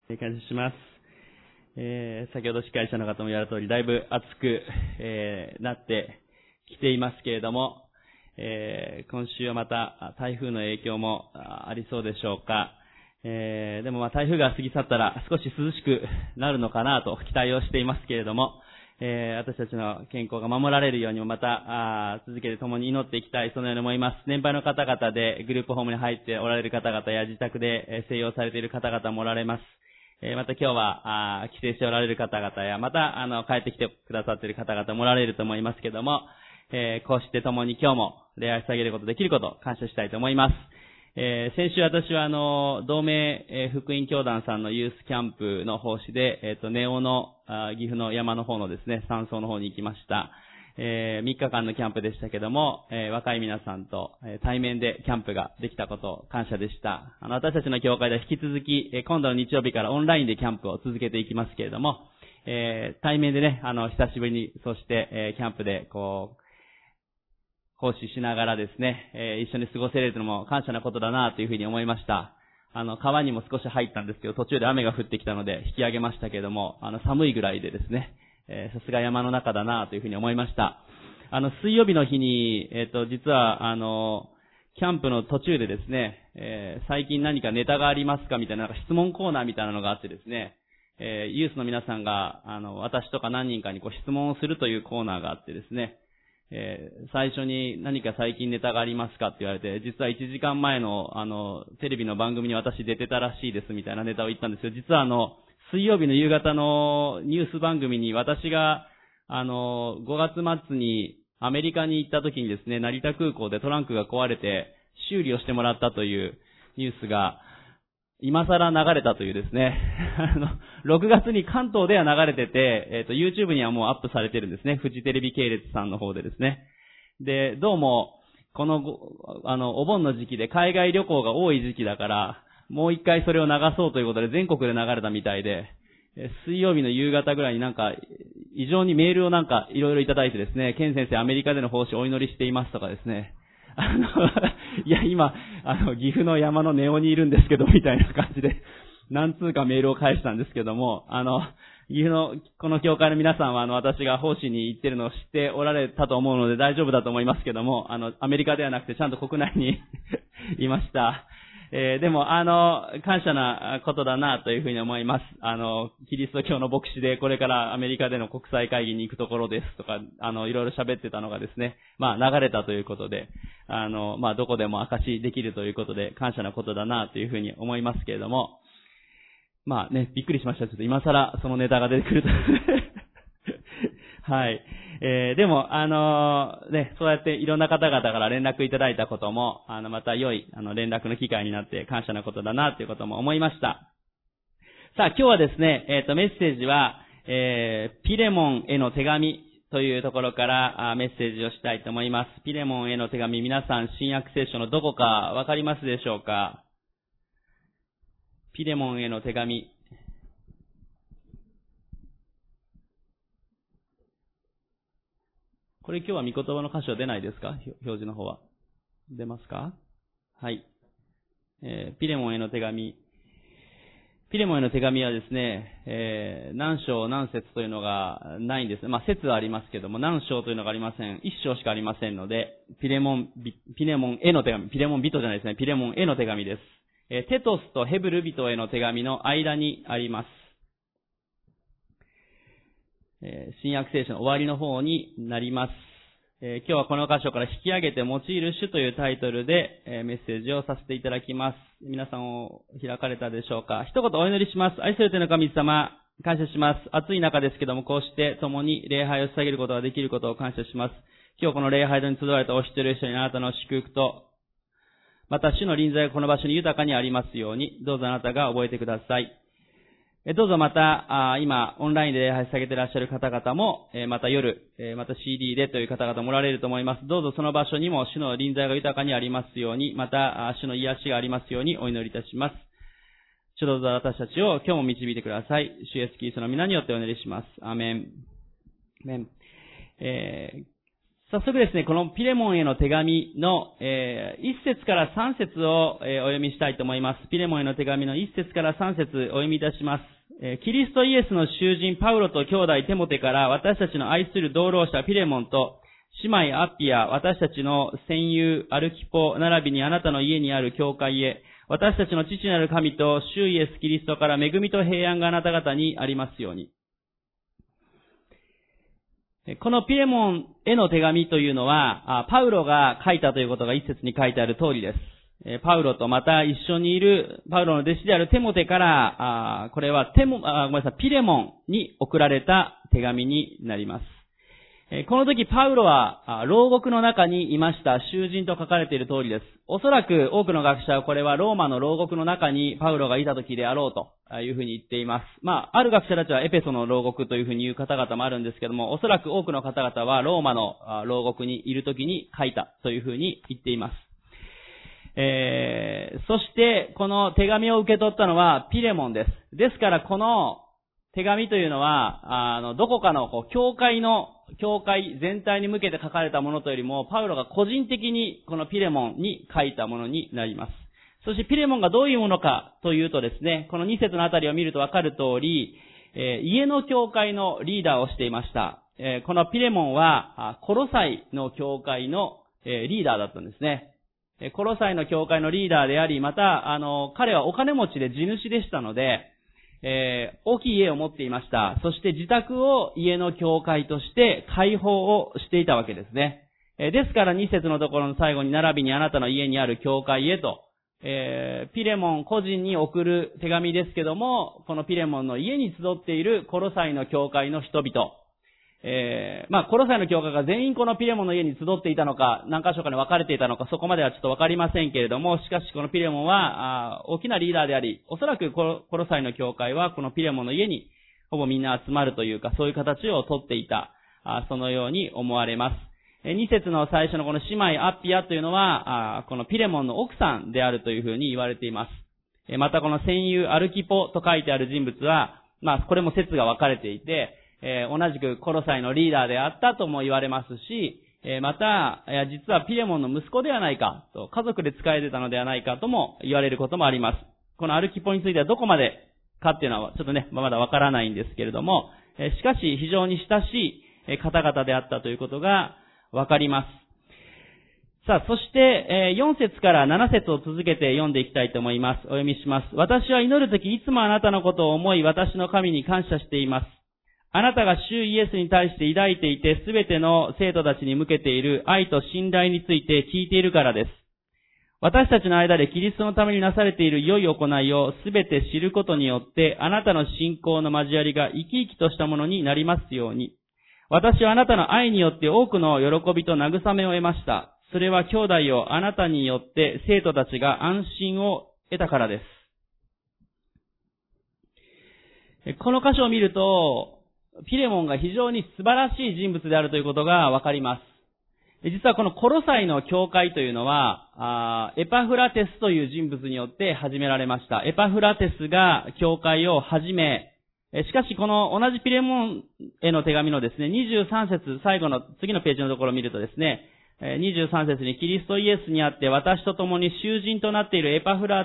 感謝します。先ほど司会者の方も言われた通り、だいぶ暑く、なってきていますけれども、今週はまた台風の影響もありそうでしょうか。でも台風が過ぎ去ったら少し涼しくなるのかなと期待をしていますけれども、私たちの健康が守られるようにもまた続けて共に祈っていきたい、そのように思います。年配の方々でグループホームに入っておられる方々や自宅で静養されている方々もおられます。また今日は帰省しておられる方々やまた帰ってきてくださっている方々もおられると思いますけれども、こうして共に今日も礼拝してあげることできることを感謝したいと思います。先週私は同盟福音教団さんのユースキャンプの奉仕で、ネオの岐阜の山の方のですね、山荘の方に行きました。3日間のキャンプでしたけども、若い皆さんと対面でキャンプができたことを感謝でした。私たちの教会では引き続き、今度の日曜日からオンラインでキャンプを続けていきますけれども、対面でね、久しぶりに、そして、キャンプで奉仕しながらですね、一緒に過ごせれるのも感謝なことだなというふうに思いました。川にも少し入ったんですけど、途中で雨が降ってきたので引き上げましたけれども、寒いぐらいでですね、さすが山の中だなというふうに思いました。水曜日の日に、実は、キャンプの途中でですね、最近何かネタがありますかみたいな、質問コーナーみたいなのがあってですね、ユースの皆さんが、私とか何人かに質問をするというコーナーがあってですね、最初に何か最近ネタがありますかって言われて、実は1時間前のテレビの番組に私出てたらしいですみたいなネタを言ったんですけど、実は水曜日の夕方のニュース番組に私が5月末にアメリカに行った時にですね、成田空港でトランクが壊れて修理をしてもらったというニュースが今更流れたというですね、6月に関東では流れてて、YouTube にはもうアップされてるんですね。フジテレビ系列さんの方でですね。で、どうも、この、お盆の時期で海外旅行が多い時期だから、もう一回それを流そうということで全国で流れたみたいで、水曜日の夕方ぐらいに異常にメールをいろいろいただいてですね、ケン先生アメリカでの奉仕お祈りしていますとかですね、いや、今、岐阜の山のネオにいるんですけど、みたいな感じで、何通かメールを返したんですけども、岐阜の、この教会の皆さんは、私が奉仕に行ってるのを知っておられたと思うので大丈夫だと思いますけども、アメリカではなくてちゃんと国内にいました。でも、感謝なことだなというふうに思います。キリスト教の牧師でこれからアメリカでの国際会議に行くところですとか、いろいろ喋ってたのがですね、流れたということで、どこでも証しできるということで、感謝なことだなというふうに思いますけれども、びっくりしました。ちょっと今更そのネタが出てくると。はい。でも、そうやっていろんな方々から連絡いただいたことも、また良い、連絡の機会になって感謝なことだな、ということも思いました。さあ、今日はですね、メッセージは、ピレモンへの手紙というところからメッセージをしたいと思います。ピレモンへの手紙、皆さん、新約聖書のどこかわかりますでしょうか？ピレモンへの手紙。これ今日は御言葉の箇所出ないですか？表示の方は。出ますか？はい。ピレモンへの手紙。ピレモンへの手紙はですね、何章何節というのがないんです。節はありますけども、何章というのがありません。一章しかありませんので、ピレモンへの手紙。ピレモン人じゃないですね。ピレモンへの手紙です。テトスとヘブル人への手紙の間にあります。新約聖書の終わりの方になります。今日はこの箇所から引き上げて用いる主というタイトルで、メッセージをさせていただきます。皆さんを開かれたでしょうか。一言お祈りします。愛する天の神様、感謝します。暑い中ですけども、こうして共に礼拝を捧げることができることを感謝します。今日この礼拝堂に集われたお一人一人にあなたの祝福と、また主の臨在がこの場所に豊かにありますように、どうぞあなたが覚えてください。どうぞまた、今、オンラインで礼拝さげていらっしゃる方々も、また夜、また CD でという方々もおられると思います。どうぞその場所にも主の臨在が豊かにありますように、また、主の癒しがありますようにお祈りいたします。主どうぞ私たちを今日も導いてください。主イエスキリストの皆によってお祈りします。アーメン。アーメン。 早速ですね、このピレモンへの手紙の、1節から3節を、お読みしたいと思います。ピレモンへの手紙の1節から3節お読みいたします。キリストイエスの囚人パウロと兄弟テモテから私たちの愛する同労者ピレモンと姉妹アッピア、私たちの戦友アルキポ並びにあなたの家にある教会へ、私たちの父なる神と主イエスキリストから恵みと平安があなた方にありますように。このピレモンへの手紙というのは、パウロが書いたということが一節に書いてある通りです。パウロとまた一緒にいるパウロの弟子であるテモテから、これはピレモンに送られた手紙になります。この時パウロは牢獄の中にいました囚人と書かれている通りです。おそらく多くの学者はこれはローマの牢獄の中にパウロがいた時であろうというふうに言っています。ある学者たちはエペソの牢獄というふうに言う方々もあるんですけども、おそらく多くの方々はローマの牢獄にいる時に書いたというふうに言っています。そしてこの手紙を受け取ったのはピレモンです。ですからこの手紙というのは、どこかの教会全体に向けて書かれたものというよりも、パウロが個人的にこのピレモンに書いたものになります。そしてピレモンがどういうものかというとですね、この2節のあたりを見るとわかる通り、家の教会のリーダーをしていました。このピレモンは、コロサイの教会のリーダーだったんですね。コロサイの教会のリーダーであり、また、彼はお金持ちで地主でしたので、大きい家を持っていました。そして自宅を家の教会として開放をしていたわけですね。ですから2節のところの最後に並びにあなたの家にある教会へと、ピレモン個人に送る手紙ですけども、このピレモンの家に集っているコロサイの教会の人々、コロサイの教会が全員このピレモンの家に集っていたのか、何箇所かに分かれていたのか、そこまではちょっとわかりませんけれども、しかしこのピレモンは、大きなリーダーであり、おそらくコロサイの教会はこのピレモンの家にほぼみんな集まるというか、そういう形をとっていた、そのように思われます。2節の最初のこの姉妹アッピアというのは、このピレモンの奥さんであるというふうに言われています。またこの戦友アルキポと書いてある人物は、これも説が分かれていて、同じくコロサイのリーダーであったとも言われますし、また、実はピレモンの息子ではないかと、家族で仕えてたのではないかとも言われることもあります。このアルキポについてはどこまでかっていうのはちょっとね、まだわからないんですけれども、しかし非常に親しい方々であったということがわかります。さあ、そして、4節から7節を続けて読んでいきたいと思います。お読みします。私は祈るときいつもあなたのことを思い、私の神に感謝しています。あなたが主イエスに対して抱いていて、すべての生徒たちに向けている愛と信頼について聞いているからです。私たちの間でキリストのためになされている良い行いをすべて知ることによって、あなたの信仰の交わりが生き生きとしたものになりますように。私はあなたの愛によって多くの喜びと慰めを得ました。それは兄弟をあなたによって生徒たちが安心を得たからです。この箇所を見ると、ピレモンが非常に素晴らしい人物であるということがわかります。実はこのコロサイの教会というのは、エパフラテスという人物によって始められました。エパフラテスが教会を始め、しかしこの同じピレモンへの手紙のですね、23節、最後の次のページのところを見るとですね、23節にキリストイエスにあって私と共に囚人となっているエパフラ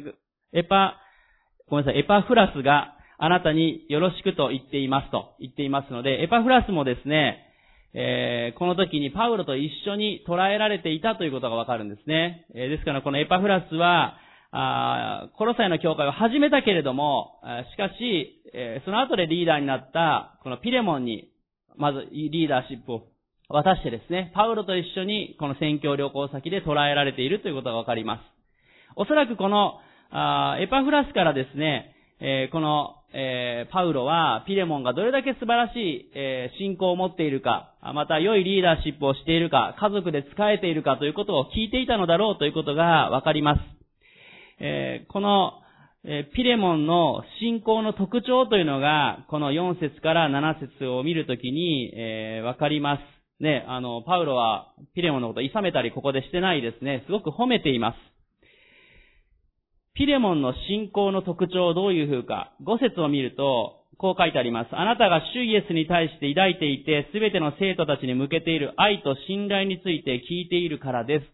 スがあなたによろしくと言っていますので、エパフラスもですね、この時にパウロと一緒に捉えられていたということがわかるんですね。ですからこのエパフラスは、コロサイの教会を始めたけれども、しかし、その後でリーダーになったこのピレモンに、まずリーダーシップを渡してですね、パウロと一緒にこの宣教旅行先で捉えられているということがわかります。おそらくこのエパフラスからですね、このパウロはピレモンがどれだけ素晴らしい信仰を持っているか、また良いリーダーシップをしているか、家族で仕えているかということを聞いていたのだろうということがわかります。このピレモンの信仰の特徴というのがこの4節から7節を見るときにわかります。ね、パウロはピレモンのことを諌めたりここでしてないですね。すごく褒めています。ピレモンの信仰の特徴どういう風か、5節を見ると、 こう書いてあります。あなたが主イエスに対して抱いていて、すべての生徒たちに向けている愛と信頼について聞いているからです。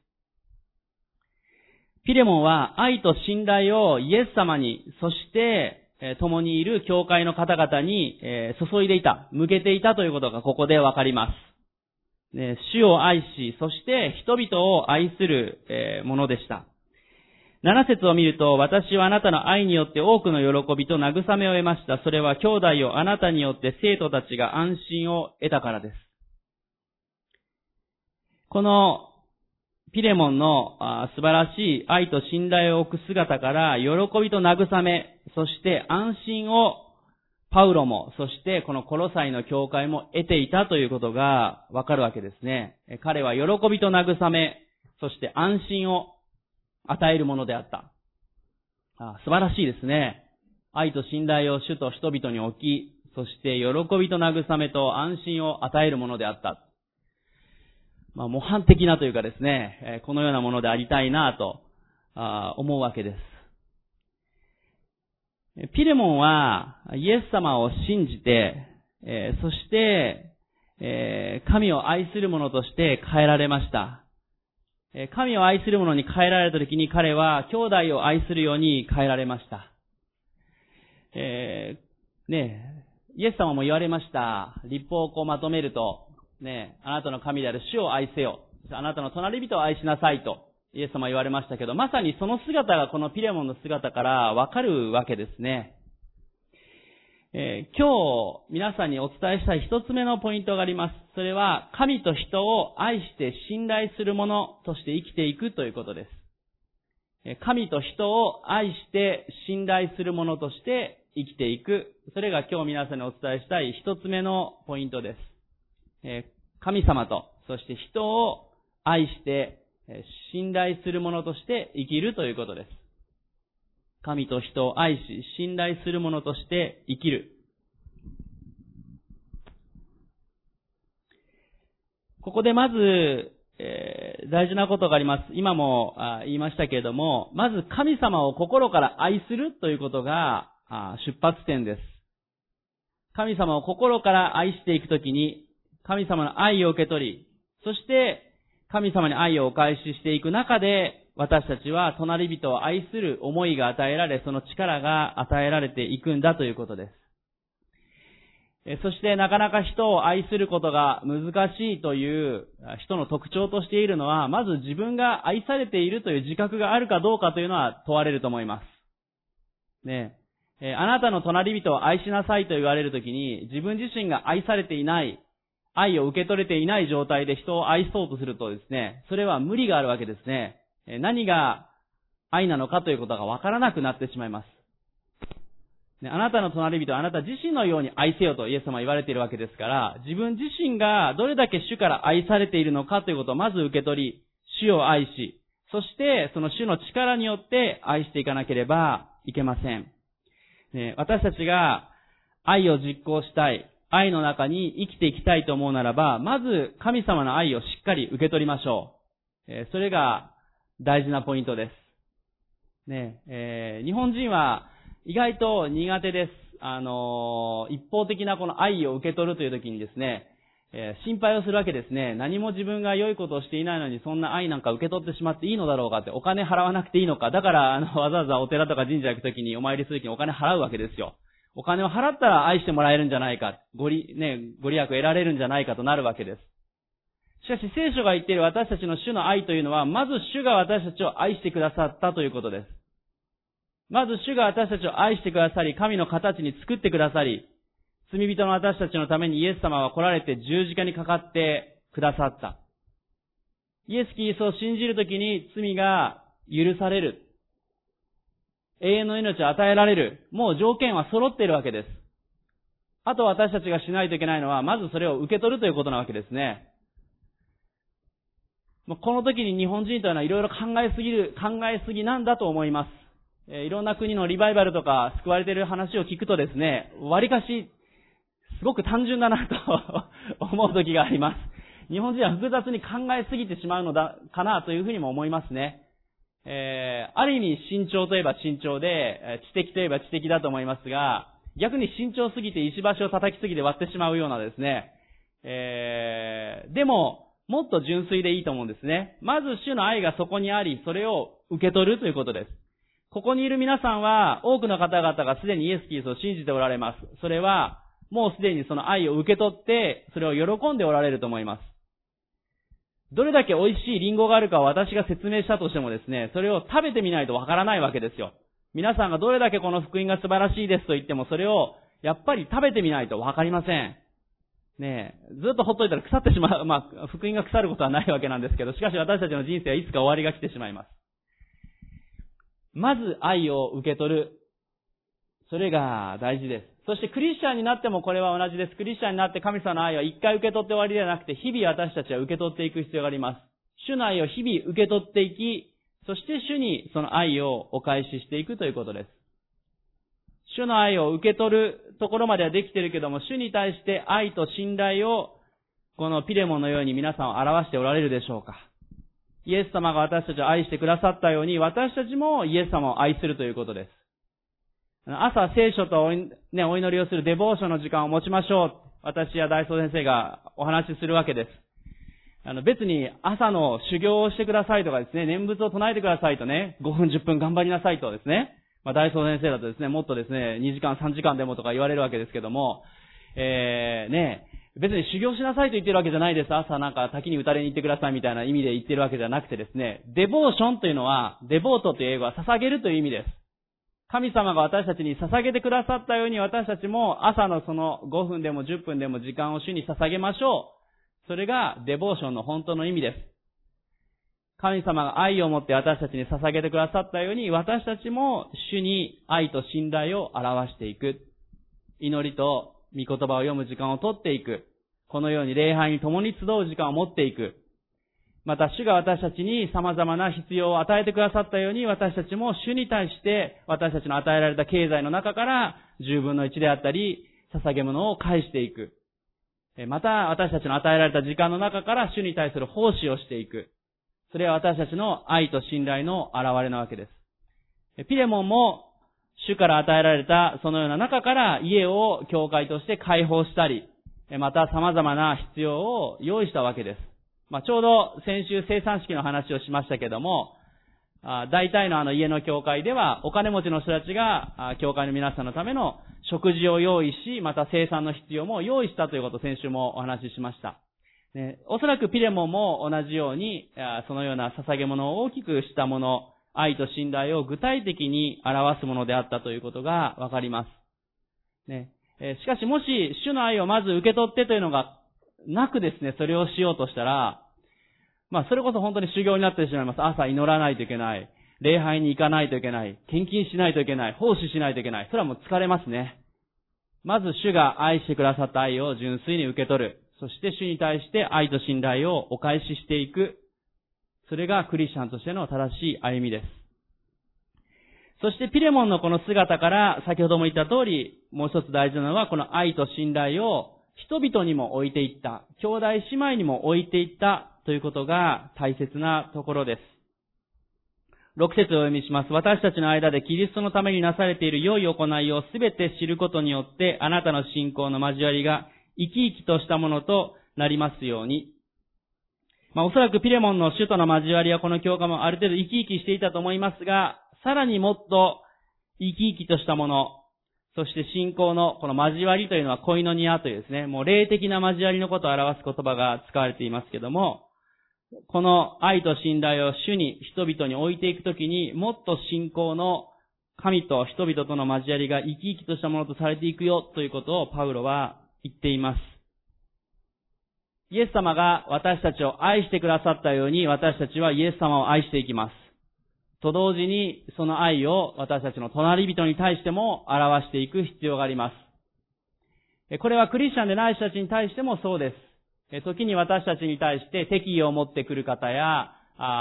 ピレモンは愛と信頼をイエス様に、そして共にいる教会の方々に注いでいた、向けていたということがここでわかります。主を愛し、そして人々を愛するものでした。7節を見ると、私はあなたの愛によって多くの喜びと慰めを得ました。それは兄弟をあなたによって生徒たちが安心を得たからです。このピレモンの素晴らしい愛と信頼を置く姿から喜びと慰め、そして安心をパウロも、そしてこのコロサイの教会も得ていたということがわかるわけですね。彼は喜びと慰め、そして安心を与えるものであった。素晴らしいですね。愛と信頼を主と人々に置き、そして喜びと慰めと安心を与えるものであった。模範的なというかですね、このようなものでありたいなと思うわけです。ピレモンはイエス様を信じて、そして神を愛する者として変えられました。神を愛する者に変えられたときに彼は兄弟を愛するように変えられました。イエス様も言われました。律法をまとめると、あなたの神である主を愛せよ。あなたの隣人を愛しなさいと、イエス様は言われましたけど、まさにその姿がこのピレモンの姿からわかるわけですね。今日皆さんにお伝えしたい一つ目のポイントがあります。それは神と人を愛して信頼する者として生きていくということです。神と人を愛して信頼する者として生きていく。それが今日皆さんにお伝えしたい一つ目のポイントです。神様と、そして人を愛して信頼する者として生きるということです。神と人を愛し、信頼する者として生きる。ここでまず、大事なことがあります。今も言いましたけれども、まず神様を心から愛するということが出発点です。神様を心から愛していくときに、神様の愛を受け取り、そして神様に愛をお返ししていく中で、私たちは隣人を愛する思いが与えられ、その力が与えられていくんだということです。そしてなかなか人を愛することが難しいという人の特徴としているのは、まず自分が愛されているという自覚があるかどうかというのは問われると思います。あなたの隣人を愛しなさいと言われるときに、自分自身が愛されていない、愛を受け取れていない状態で人を愛そうとするとですね、それは無理があるわけですね。何が愛なのかということがわからなくなってしまいます。あなたの隣人はあなた自身のように愛せよとイエス様は言われているわけですから、自分自身がどれだけ主から愛されているのかということをまず受け取り、主を愛し、そしてその主の力によって愛していかなければいけません。私たちが愛を実行したい、愛の中に生きていきたいと思うならば、まず神様の愛をしっかり受け取りましょう。それが大事なポイントです。日本人は意外と苦手です。一方的なこの愛を受け取るという時にですね、心配をするわけですね。何も自分が良いことをしていないのにそんな愛なんか受け取ってしまっていいのだろうかって、お金払わなくていいのか。だからわざわざお寺とか神社行く時にお参りする時にお金払うわけですよ。お金を払ったら愛してもらえるんじゃないか、ご利益を得られるんじゃないかとなるわけです。しかし聖書が言っている私たちの主の愛というのは、まず主が私たちを愛してくださったということです。まず主が私たちを愛してくださり、神の形に作ってくださり、罪人の私たちのためにイエス様は来られて十字架にかかってくださった。イエス・キリストを信じるときに罪が許される。永遠の命を与えられる。もう条件は揃っているわけです。あと私たちがしないといけないのは、まずそれを受け取るということなわけですね。この時に日本人というのはいろいろ考えすぎなんだと思います。いろんな国のリバイバルとか救われている話を聞くとですね、割かしすごく単純だなと思う時があります。日本人は複雑に考えすぎてしまうのだかなというふうにも思いますね。ある意味慎重といえば慎重で、知的といえば知的だと思いますが、 逆に慎重すぎて石橋を叩きすぎて割ってしまうようなですね、でも、もっと純粋でいいと思うんですね。まず主の愛がそこにあり、それを受け取るということです。ここにいる皆さんは、多くの方々がすでにイエス・キリストを信じておられます。それは、もうすでにその愛を受け取って、それを喜んでおられると思います。どれだけ美味しいリンゴがあるかを私が説明したとしてもですね、それを食べてみないとわからないわけですよ。皆さんがどれだけこの福音が素晴らしいですと言っても、それをやっぱり食べてみないとわかりません。ねえ、ずっとほっといたら腐ってしまう、福音が腐ることはないわけなんですけど、しかし私たちの人生はいつか終わりが来てしまいます。まず愛を受け取る。それが大事です。そしてクリスチャンになってもこれは同じです。クリスチャンになって神様の愛は一回受け取って終わりではなくて、日々私たちは受け取っていく必要があります。主の愛を日々受け取っていき、そして主にその愛をお返ししていくということです。主の愛を受け取るところまではできているけども、主に対して愛と信頼を、このピレモンのように皆さんを表しておられるでしょうか。イエス様が私たちを愛してくださったように、私たちもイエス様を愛するということです。朝聖書とお祈りをするデボーションの時間を持ちましょう。私や大僧先生がお話しするわけです。別に朝の修行をしてくださいとかですね、念仏を唱えてくださいとね、5分10分頑張りなさいとですね、大僧先生だとですね、もっとですね、2時間3時間でもとか言われるわけですけども、別に修行しなさいと言ってるわけじゃないです。朝なんか滝に打たれに行ってくださいみたいな意味で言ってるわけじゃなくてですね、デボーションというのは、デボートという英語は捧げるという意味です。神様が私たちに捧げてくださったように、私たちも朝のその5分でも10分でも時間を主に捧げましょう。それがデボーションの本当の意味です。神様が愛を持って私たちに捧げてくださったように、私たちも主に愛と信頼を表していく。祈りと御言葉を読む時間をとっていく。このように礼拝に共に集う時間を持っていく。また主が私たちに様々な必要を与えてくださったように、私たちも主に対して私たちの与えられた経済の中から10分の1であったり、捧げ物を返していく。また私たちの与えられた時間の中から主に対する奉仕をしていく。それは私たちの愛と信頼の表れなわけです。ピレモンも主から与えられたそのような中から家を教会として開放したり、また様々な必要を用意したわけです。ちょうど先週生産式の話をしましたけども、大体の家の教会ではお金持ちの人たちが教会の皆さんのための食事を用意し、また生産の必要も用意したということを先週もお話ししました。おそらくピレモンも同じように、そのような捧げ物を大きくしたもの、愛と信頼を具体的に表すものであったということがわかります。しかしもし主の愛をまず受け取ってというのがなくですね、それをしようとしたら、それこそ本当に修行になってしまいます。朝祈らないといけない。礼拝に行かないといけない。献金しないといけない。奉仕しないといけない。それはもう疲れますね。まず主が愛してくださった愛を純粋に受け取る。そして主に対して愛と信頼をお返ししていく。それがクリスチャンとしての正しい歩みです。そしてピレモンのこの姿から先ほども言った通り、もう一つ大事なのはこの愛と信頼を人々にも置いていった。兄弟姉妹にも置いていったということが大切なところです。6節をお読みします。私たちの間でキリストのためになされている良い行いをすべて知ることによってあなたの信仰の交わりが生き生きとしたものとなりますように。おそらくピレモンの主との交わりはこの教会もある程度生き生きしていたと思いますが、さらにもっと生き生きとしたもの、そして信仰のこの交わりというのはコイノニアというですね、もう霊的な交わりのことを表す言葉が使われていますけども、この愛と信頼を主に人々に置いていくときに、もっと信仰の神と人々との交わりが生き生きとしたものとされていくよということをパウロは言っています。イエス様が私たちを愛してくださったように、私たちはイエス様を愛していきます。と同時に、その愛を私たちの隣人に対しても表していく必要があります。これはクリスチャンでない人たちに対してもそうです。時に私たちに対して敵意を持ってくる方や、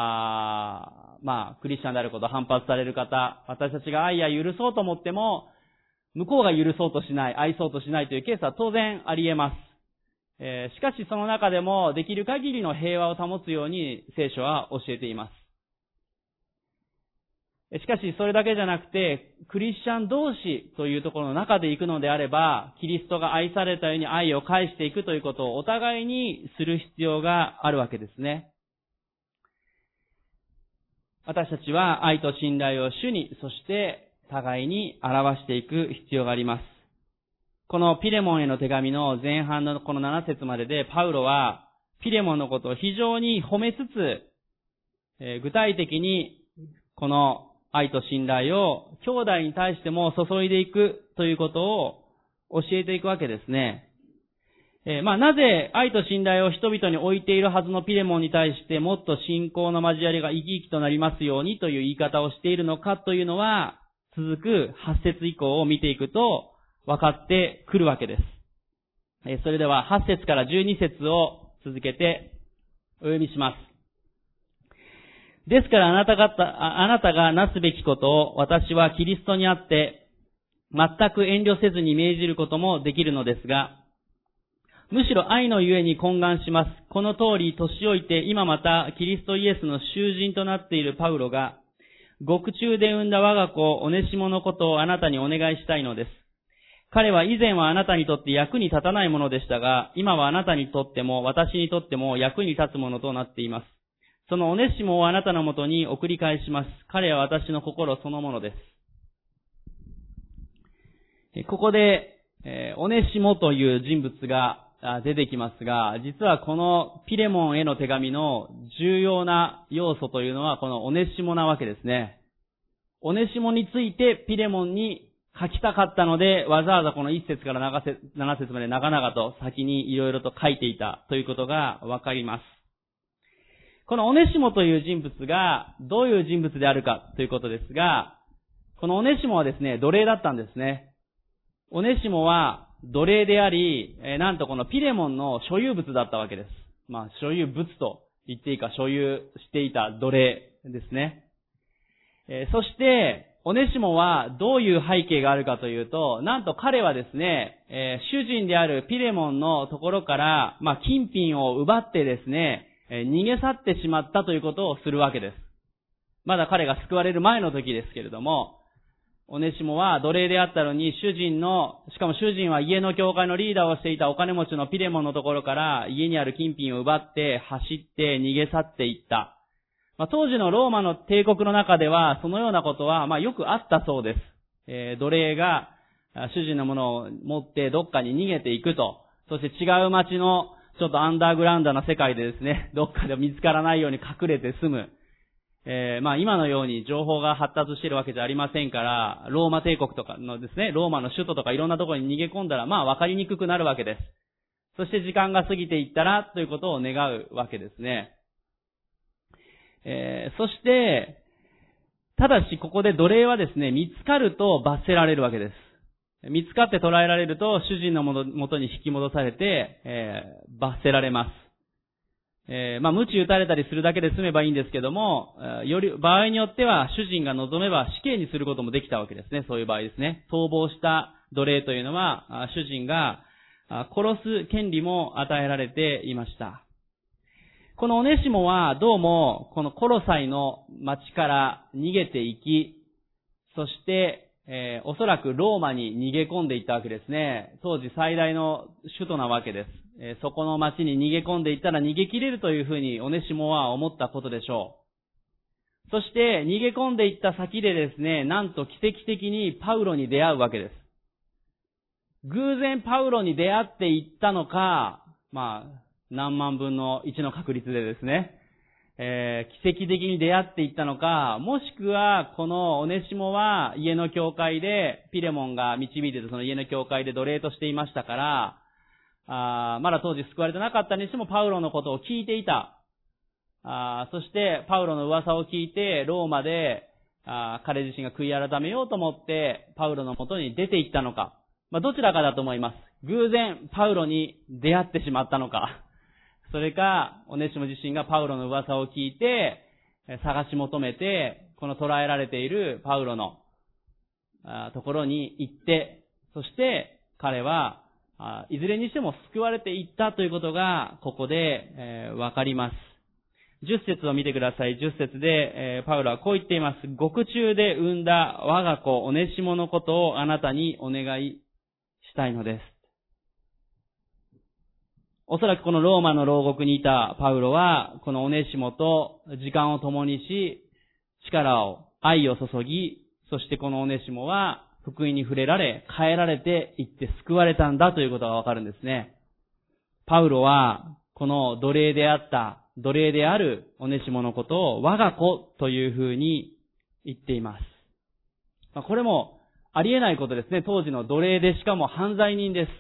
クリスチャンであることを反発される方、私たちが愛や許そうと思っても、向こうが許そうとしない、愛そうとしないというケースは当然あり得ます。しかしその中でもできる限りの平和を保つように聖書は教えています。 しかし、それだけじゃなくて、クリスチャン同士というところの中で行くのであれば、キリストが愛されたように愛を返していくということをお互いにする必要があるわけですね。私たちは愛と信頼を主に、そして互いに表していく必要があります。このピレモンへの手紙の前半のこの7節までで、パウロはピレモンのことを非常に褒めつつ、具体的にこの愛と信頼を兄弟に対しても注いでいくということを教えていくわけですね。なぜ愛と信頼を人々に置いているはずのピレモンに対してもっと信仰の交わりが生き生きとなりますようにという言い方をしているのかというのは、続く8節以降を見ていくと分かってくるわけです。それでは8節から12節を続けてお読みします。ですからあなたがなすべきことを私はキリストにあって全く遠慮せずに命じることもできるのですが、むしろ愛のゆえに懇願します。この通り年老いて今またキリストイエスの囚人となっているパウロが、獄中で産んだ我が子オネシモのことをあなたにお願いしたいのです。彼は以前はあなたにとって役に立たないものでしたが、今はあなたにとっても私にとっても役に立つものとなっています。そのオネシモをあなたのもとに送り返します。彼は私の心そのものです。ここで、オネシモという人物が出てきますが、実はこのピレモンへの手紙の重要な要素というのはこのオネシモなわけですね。オネシモについてピレモンに書きたかったので、わざわざこの1節から7節まで長々と先にいろいろと書いていたということがわかります。このオネシモという人物がどういう人物であるかということですが、このオネシモはですね、奴隷だったんですね。オネシモは奴隷であり、なんとこのピレモンの所有物だったわけです。所有物と言っていいか、所有していた奴隷ですね。そして、オネシモはどういう背景があるかというと、なんと彼はですね、主人であるピレモンのところから、金品を奪ってですね、逃げ去ってしまったということをするわけです。まだ彼が救われる前の時ですけれども、オネシモは奴隷であったのにしかも主人は家の教会のリーダーをしていたお金持ちのピレモンのところから家にある金品を奪って走って逃げ去っていった。当時のローマの帝国の中ではそのようなことはよくあったそうです。奴隷が主人のものを持ってどっかに逃げていくと。そして違う町のちょっとアンダーグラウンドな世界でですね、どっかで見つからないように隠れて住む。今のように情報が発達しているわけじゃありませんから、ローマ帝国とかのですね、ローマの首都とかいろんなところに逃げ込んだら、わかりにくくなるわけです。そして時間が過ぎていったら、ということを願うわけですね。そして、ただしここで奴隷はですね、見つかると罰せられるわけです。見つかって捕らえられると、主人のもとに引き戻されて、罰せられます。鞭打たれたりするだけで済めばいいんですけども、場合によっては主人が望めば死刑にすることもできたわけですね。そういう場合ですね。逃亡した奴隷というのは、主人が殺す権利も与えられていました。このオネシモはどうもこのコロサイの町から逃げていき、そして、おそらくローマに逃げ込んでいったわけですね。当時最大の首都なわけです。そこの町に逃げ込んでいったら逃げ切れるというふうにオネシモは思ったことでしょう。そして逃げ込んでいった先でですね、なんと奇跡的にパウロに出会うわけです。偶然パウロに出会っていったのか、何万分の1の確率でですね、奇跡的に出会っていったのか、もしくはこのオネシモは家の教会で、ピレモンが導いているその家の教会で奴隷としていましたから、まだ当時救われてなかったにしてもパウロのことを聞いていた。そしてパウロの噂を聞いてローマで彼自身が悔い改めようと思ってパウロのもとに出て行ったのか。どちらかだと思います。偶然パウロに出会ってしまったのか。それかオネシモ自身がパウロの噂を聞いて探し求めてこの捕らえられているパウロのところに行って、そして彼はいずれにしても救われていったということがここでわかります。 10節を見てください。10節で、パウロはこう言っています。獄中で産んだ我が子、オネシモのことをあなたにお願いしたいのです。おそらくこのローマの牢獄にいたパウロは、このオネシモと時間を共にし、力を、愛を注ぎ、そしてこのオネシモは福音に触れられ、変えられていって救われたんだということがわかるんですね。パウロは、この奴隷であるオネシモのことを我が子というふうに言っています。これもありえないことですね。当時の奴隷でしかも犯罪人です。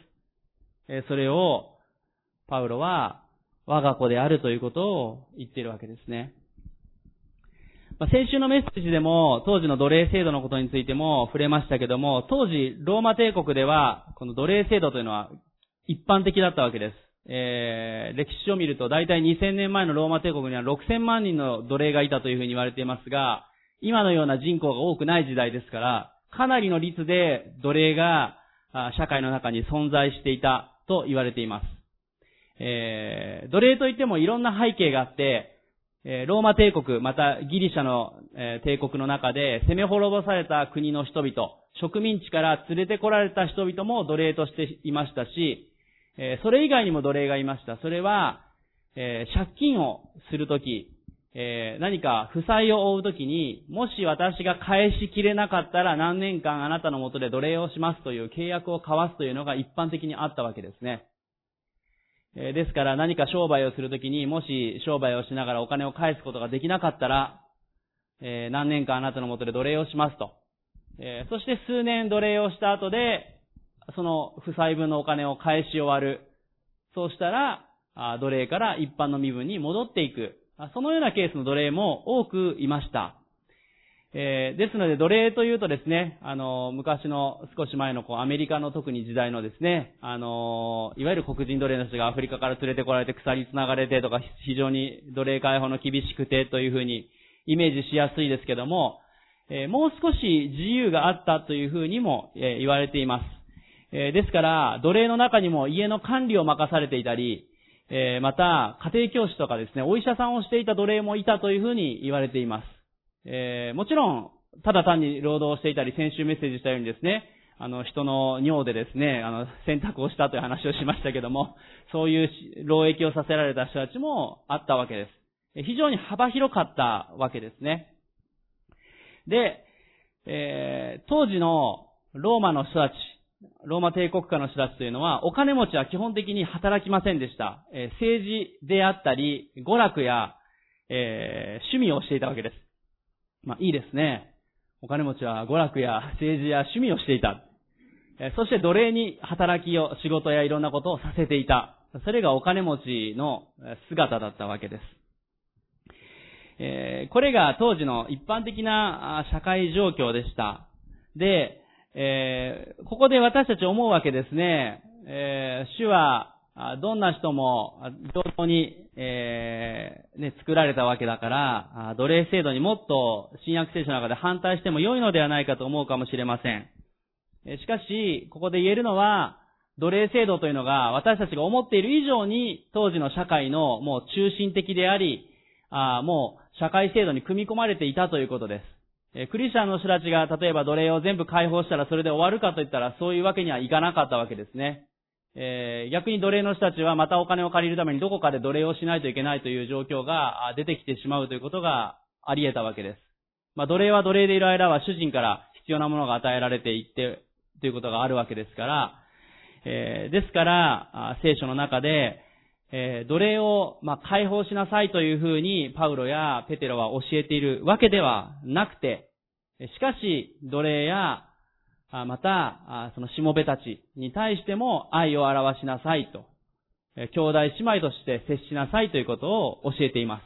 それをパウロは我が子であるということを言っているわけですね。先週のメッセージでも当時の奴隷制度のことについても触れましたけども、当時ローマ帝国ではこの奴隷制度というのは一般的だったわけです。歴史書を見ると大体2000年前のローマ帝国には6000万人の奴隷がいたというふうに言われていますが、今のような人口が多くない時代ですから、かなりの率で奴隷が社会の中に存在していたと言われています。奴隷といってもいろんな背景があって、ローマ帝国、またギリシャの帝国の中で攻め滅ぼされた国の人々、植民地から連れてこられた人々も奴隷としていましたし、それ以外にも奴隷がいました。それは、借金をするとき、何か負債を負うときに、もし私が返しきれなかったら何年間あなたのもとで奴隷をしますという契約を交わすというのが一般的にあったわけですね。ですから何か商売をするときに、もし商売をしながらお金を返すことができなかったら、何年間あなたのもとで奴隷をしますと。そして数年奴隷をした後で、その負債分のお金を返し終わる。そうしたら、奴隷から一般の身分に戻っていく。そのようなケースの奴隷も多くいました。ですので奴隷というとですね、昔の少し前のアメリカの特に時代のですね、いわゆる黒人奴隷の人がアフリカから連れてこられて鎖に繋がれてとか、非常に奴隷解放の厳しくてというふうにイメージしやすいですけども、もう少し自由があったというふうにも言われています。ですから、奴隷の中にも家の管理を任されていたり、また、家庭教師とかですね、お医者さんをしていた奴隷もいたというふうに言われています。もちろん、ただ単に労働していたり、先週メッセージしたようにですね、人の尿でですね、洗濯をしたという話をしましたけども、そういう労役をさせられた人たちもあったわけです。非常に幅広かったわけですね。で、当時のローマの人たち、ローマ帝国家の人たちというのは、お金持ちは基本的に働きませんでした。政治であったり、娯楽や、趣味をしていたわけです。いいですね。お金持ちは娯楽や政治や趣味をしていた。そして奴隷に働きを、仕事やいろんなことをさせていた。それがお金持ちの姿だったわけです。これが当時の一般的な社会状況でした。で、ここで私たち思うわけですね。主はどんな人も平等に、作られたわけだから、奴隷制度にもっと新約聖書の中で反対しても良いのではないかと思うかもしれません。しかし、ここで言えるのは、奴隷制度というのが私たちが思っている以上に当時の社会のもう中心的であり、もう社会制度に組み込まれていたということです。クリスチャンの人たちが例えば奴隷を全部解放したらそれで終わるかといったらそういうわけにはいかなかったわけですね。逆に奴隷の人たちはまたお金を借りるためにどこかで奴隷をしないといけないという状況が出てきてしまうということがあり得たわけです。奴隷は奴隷でいる間は主人から必要なものが与えられていってということがあるわけですから、ですから聖書の中で、奴隷を解放しなさいというふうにパウロやペテロは教えているわけではなくて、しかし奴隷やまたそのしもべたちに対しても愛を表しなさいと、兄弟姉妹として接しなさいということを教えています。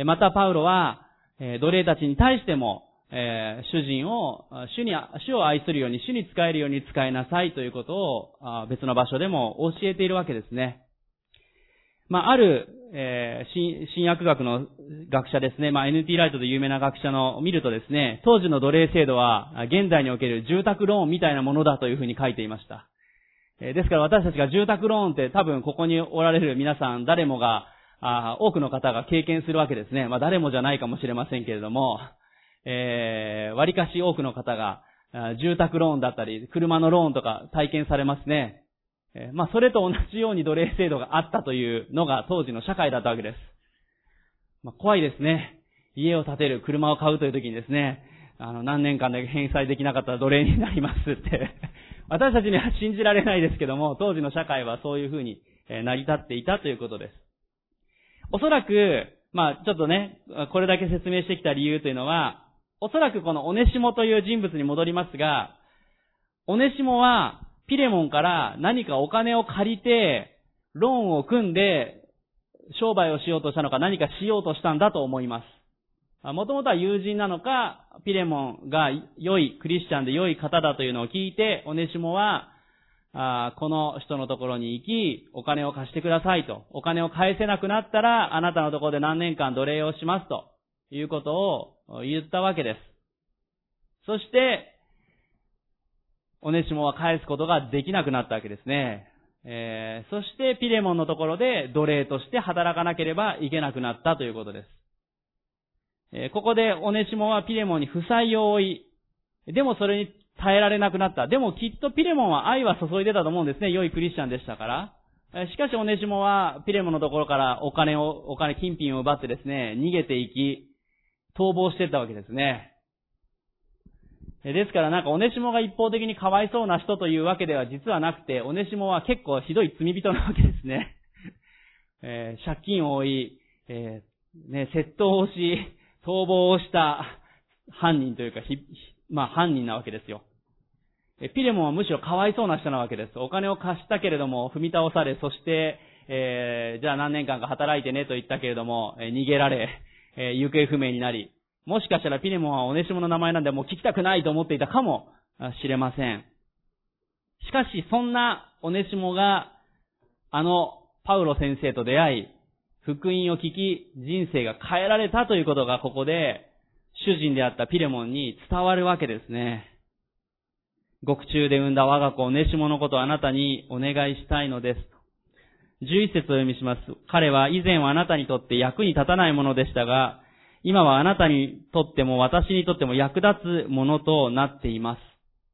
またパウロは奴隷たちに対しても主人を主を愛するように主に仕えるように仕えなさいということを別の場所でも教えているわけですね。ある、新約学の学者ですね。NT ライトで有名な学者のを見るとですね、当時の奴隷制度は現代における住宅ローンみたいなものだというふうに書いていました。ですから私たちが住宅ローンって多分ここにおられる皆さん誰もが多くの方が経験するわけですね。誰もじゃないかもしれませんけれども、割かし多くの方が、住宅ローンだったり、車のローンとか体験されますね。それと同じように奴隷制度があったというのが当時の社会だったわけです。怖いですね。家を建てる、車を買うという時にですね、何年間で返済できなかったら奴隷になりますって。私たちには信じられないですけども、当時の社会はそういうふうに成り立っていたということです。おそらく、ちょっとね、これだけ説明してきた理由というのは、おそらくこのオネシモという人物に戻りますが、オネシモはピレモンから何かお金を借りて、ローンを組んで商売をしようとしたのか何かしようとしたんだと思います。もともとは友人なのか、ピレモンが良い、クリスチャンで良い方だというのを聞いて、オネシモは、この人のところに行き、お金を貸してくださいと。お金を返せなくなったら、あなたのところで何年間奴隷をしますということを言ったわけです。そして、オネシモは返すことができなくなったわけですね。そしてピレモンのところで奴隷として働かなければいけなくなったということです。ここでオネシモはピレモンに負債を負い、でもそれに耐えられなくなった。でもきっとピレモンは愛は注いでたと思うんですね。良いクリスチャンでしたから。しかしオネシモはピレモンのところから金品を奪ってですね、逃げていき、逃亡していったわけですね。ですからオネシモが一方的にかわいそうな人というわけでは実はなくて、オネシモは結構ひどい罪人なわけですね。借金を負い、窃盗をし、逃亡をした犯人というか、犯人なわけですよ。ピレモンはむしろかわいそうな人なわけです。お金を貸したけれども踏み倒され、そして、じゃあ何年間か働いてねと言ったけれども、逃げられ、行方不明になり、もしかしたらピレモンはオネシモの名前なんでもう聞きたくないと思っていたかもしれません。しかしそんなオネシモがパウロ先生と出会い、福音を聞き、人生が変えられたということがここで主人であったピレモンに伝わるわけですね。獄中で産んだ我が子オネシモのことをあなたにお願いしたいのです。11節をお読みします。彼は以前はあなたにとって役に立たないものでしたが、今はあなたにとっても私にとっても役立つものとなっています。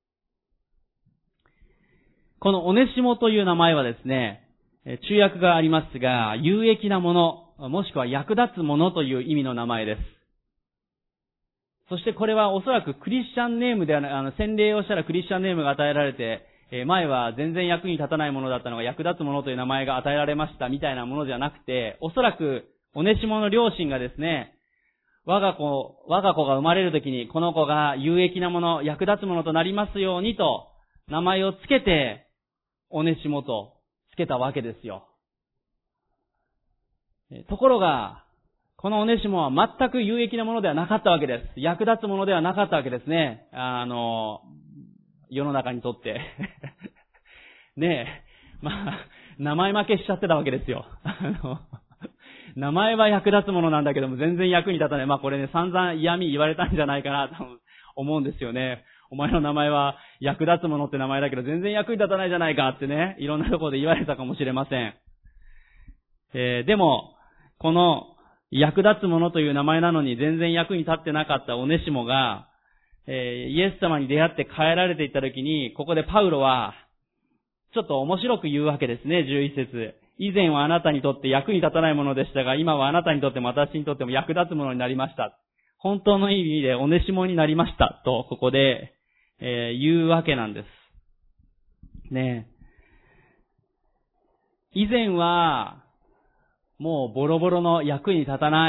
このオネシモという名前はですね、中訳がありますが、有益なもの、もしくは役立つものという意味の名前です。そしてこれはおそらくクリスチャンネームではない、洗礼をしたらクリスチャンネームが与えられて、前は全然役に立たないものだったのが役立つものという名前が与えられましたみたいなものじゃなくて、おそらくオネシモの両親がですね、我が子が生まれるときにこの子が有益なもの、役立つものとなりますようにと名前をつけてオネシモとつけたわけですよ。ところが、このオネシモは全く有益なものではなかったわけです。役立つものではなかったわけですね。世の中にとって。ねえ、名前負けしちゃってたわけですよ。名前は役立つものなんだけども全然役に立たない。これね、散々嫌味言われたんじゃないかなと思うんですよね。お前の名前は役立つものって名前だけど全然役に立たないじゃないかってね、いろんなところで言われたかもしれません。でも、この役立つものという名前なのに全然役に立ってなかったオネシモが、イエス様に出会って変えられていったときに、ここでパウロは、ちょっと面白く言うわけですね、11節。以前はあなたにとって役に立たないものでしたが、今はあなたにとっても私にとっても役立つものになりました。本当の意味でオネシモになりました。と、ここで、言うわけなんです。ねえ。以前は、もうボロボロの役に立たない、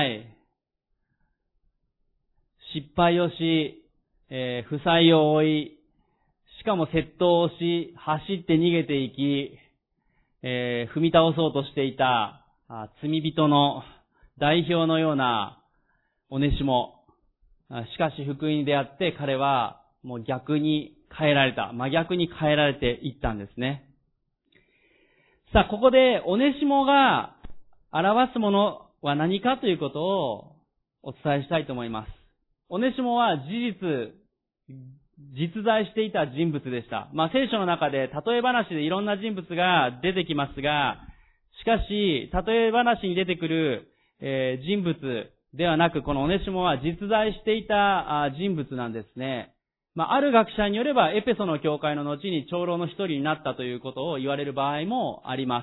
失敗をし、負債を負い、しかも窃盗をし、走って逃げていき、踏み倒そうとしていた罪人の代表のようなオネシモ。しかし福音に出会って彼はもう逆に変えられた。真逆に変えられていったんですね。さあ、ここでオネシモが表すものは何かということをお伝えしたいと思います。オネシモは実在していた人物でした。聖書の中で例え話でいろんな人物が出てきますが、 しかし、例え話に出てくる、人物ではなく、このオネシモは実在していた人物なんですね。ある学者によれば、エペソの教会の後に長老の一人になったということを言われる場合もあります。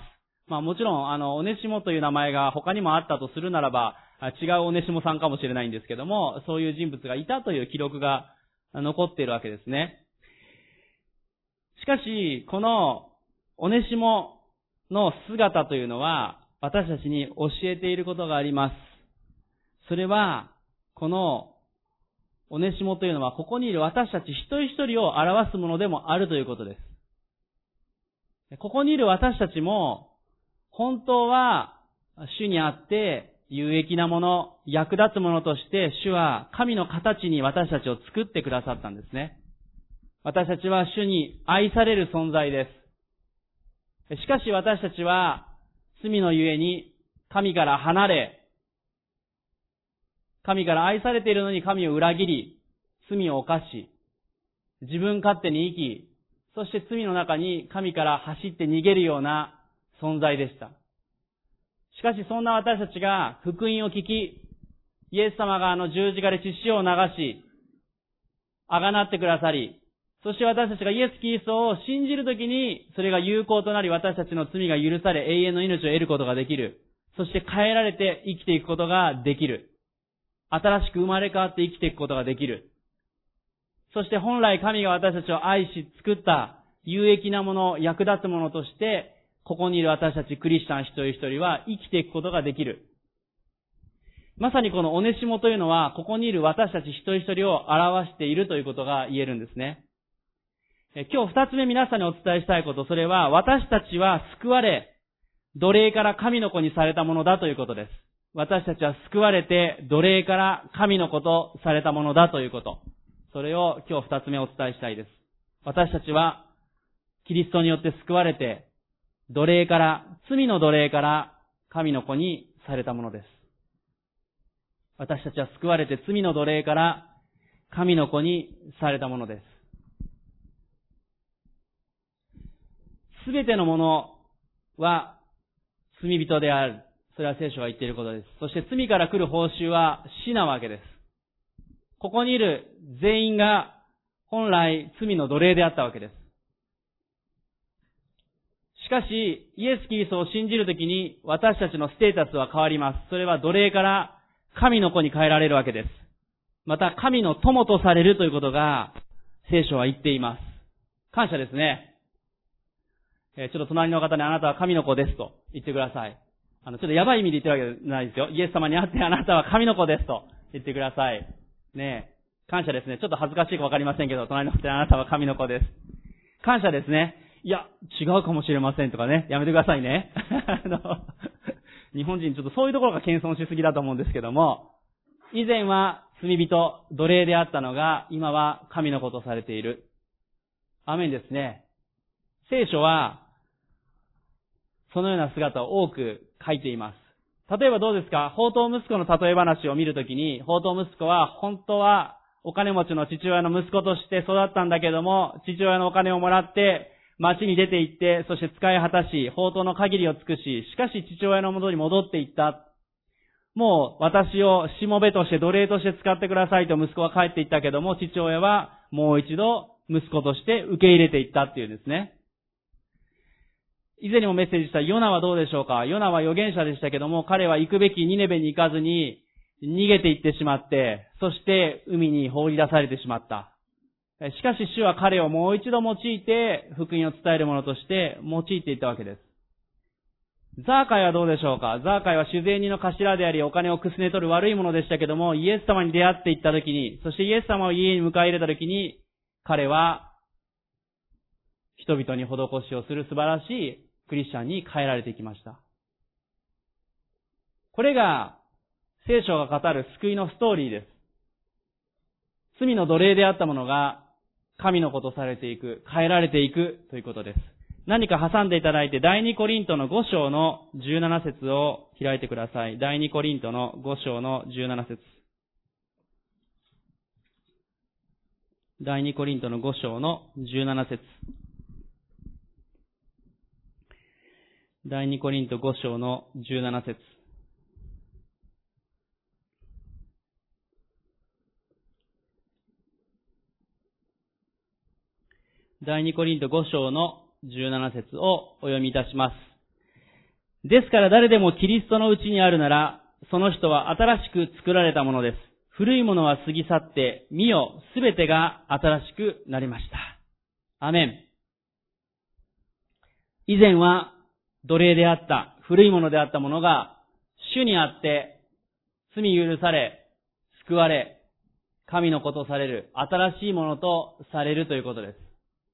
もちろん、オネシモという名前が他にもあったとするならば、違うオネシモさんかもしれないんですけども、そういう人物がいたという記録が残っているわけですね。しかし、このオネシモの姿というのは、私たちに教えていることがあります。それは、このオネシモというのは、ここにいる私たち一人一人を表すものでもあるということです。ここにいる私たちも、本当は主にあって有益なもの、役立つものとして主は神の形に私たちを作ってくださったんですね。私たちは主に愛される存在です。しかし私たちは罪のゆえに神から離れ、神から愛されているのに神を裏切り、罪を犯し、自分勝手に生き、そして罪の中に神から走って逃げるような存在でした。しかしそんな私たちが福音を聞き、イエス様が十字架で血潮を流し、あがなってくださり、そして私たちがイエス・キリストを信じるときに、それが有効となり私たちの罪が許され永遠の命を得ることができる。そして変えられて生きていくことができる。新しく生まれ変わって生きていくことができる。そして本来神が私たちを愛し作った有益なもの、役立つものとして、ここにいる私たちクリスチャン一人一人は生きていくことができる。まさにこのオネシモというのは、ここにいる私たち一人一人を表しているということが言えるんですね。今日二つ目皆さんにお伝えしたいこと、それは私たちは救われ、奴隷から神の子にされたものだということです。私たちは救われて奴隷から神の子とされたものだということ。それを今日二つ目お伝えしたいです。私たちはキリストによって救われて、奴隷から、罪の奴隷から神の子にされたものです。私たちは救われて罪の奴隷から神の子にされたものです。すべてのものは罪人である。それは聖書が言っていることです。そして罪から来る報酬は死なわけです。ここにいる全員が本来罪の奴隷であったわけです。しかし、イエス・キリストを信じるときに私たちのステータスは変わります。それは奴隷から神の子に変えられるわけです。また神の友とされるということが聖書は言っています。感謝ですね。ちょっと隣の方にあなたは神の子ですと言ってください。ちょっとやばい意味で言ってるわけじゃないですよ。イエス様に会ってあなたは神の子ですと言ってください。ねえ。感謝ですね。ちょっと恥ずかしいかわかりませんけど、隣の方にあなたは神の子です。感謝ですね。いや、違うかもしれませんとかね。やめてくださいね。日本人ちょっとそういうところが謙遜しすぎだと思うんですけども、以前は罪人、奴隷であったのが、今は神の子とされている。アメンですね。聖書は、そのような姿を多く書いています。例えばどうですか？放蕩息子の例え話を見るときに、放蕩息子は本当はお金持ちの父親の息子として育ったんだけども、父親のお金をもらって、町に出て行って、そして使い果たし、放蕩の限りを尽くし、しかし父親の元に戻っていった。もう私をしもべとして奴隷として使ってくださいと息子は帰っていったけども、父親はもう一度息子として受け入れていったっていうんですね。以前にもメッセージしたヨナはどうでしょうか？ヨナは預言者でしたけども、彼は行くべきニネベに行かずに逃げて行ってしまって、そして海に放り出されてしまった。しかし主は彼をもう一度用いて福音を伝えるものとして用いていったわけです。ザーカイはどうでしょうか？ザーカイは主税人の頭であり、お金をくすね取る悪いものでしたけども、イエス様に出会っていったときに、そしてイエス様を家に迎え入れたときに、彼は人々に施しをする素晴らしいクリスチャンに変えられていきました。これが聖書が語る救いのストーリーです。罪の奴隷であったものが神の子とされていく、変えられていくということです。何か挟んでいただいて、第2コリントの5章の17節を開いてください。第2コリントの5章の17節。第2コリントの5章の17節。第第2コリント5章の17節。第2コリント5章の17節をお読みいたします。ですから誰でもキリストのうちにあるなら、その人は新しく作られたものです。古いものは過ぎ去って、見よ、すべてが新しくなりました。アメン。以前は奴隷であった、古いものであったものが、主にあって、罪許され、救われ、神の子とされる、新しいものとされるということです。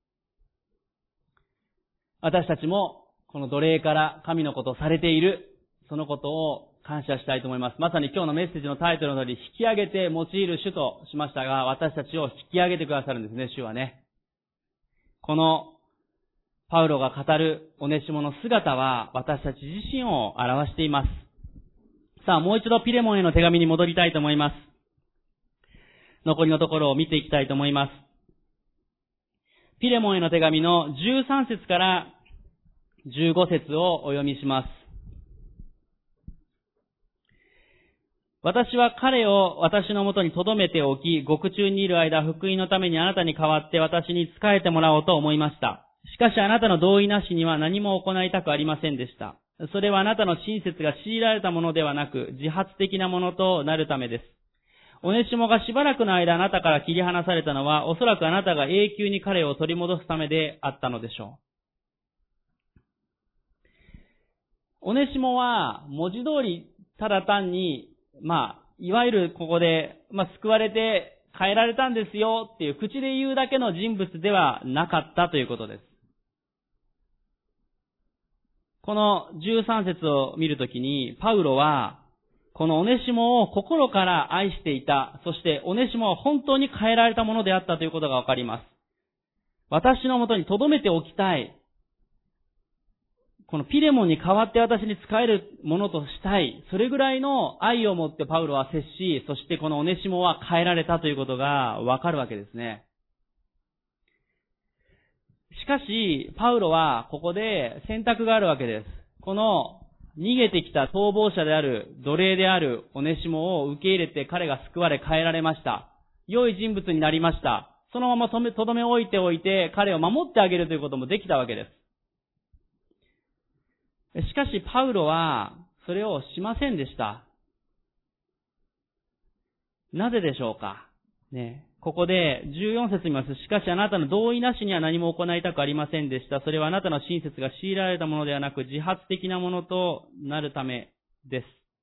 私たちも、この奴隷から神の子とされている、そのことを感謝したいと思います。まさに今日のメッセージのタイトルの通り、引き上げて用いる主としましたが、私たちを引き上げてくださるんですね、主はね。この、パウロが語るオネシモの姿は、私たち自身を表しています。さあ、もう一度ピレモンへの手紙に戻りたいと思います。残りのところを見ていきたいと思います。ピレモンへの手紙の13節から15節をお読みします。私は彼を私のもとに留めておき、獄中にいる間、福音のためにあなたに代わって私に仕えてもらおうと思いました。しかしあなたの同意なしには何も行いたくありませんでした。それはあなたの親切が強いられたものではなく、自発的なものとなるためです。オネシモがしばらくの間あなたから切り離されたのは、おそらくあなたが永久に彼を取り戻すためであったのでしょう。オネシモは、文字通り、ただ単に、いわゆるここで、救われて変えられたんですよっていう口で言うだけの人物ではなかったということです。この13節を見るときに、パウロは、このオネシモを心から愛していた。そしてオネシモは本当に変えられたものであったということがわかります。私のもとに留めておきたい。このピレモンに代わって私に仕えるものとしたい。それぐらいの愛を持ってパウロは接し、そしてこのオネシモは変えられたということがわかるわけですね。しかし、パウロはここで選択があるわけです。この逃げてきた逃亡者である奴隷であるオネシモを受け入れて彼が救われ変えられました。良い人物になりました。そのままとどめ置いておいて彼を守ってあげるということもできたわけです。しかしパウロはそれをしませんでした。なぜでしょうかね。ここで14節見ます。しかしあなたの同意なしには何も行いたくありませんでした。それはあなたの親切が強いられたものではなく自発的なものとなるためです。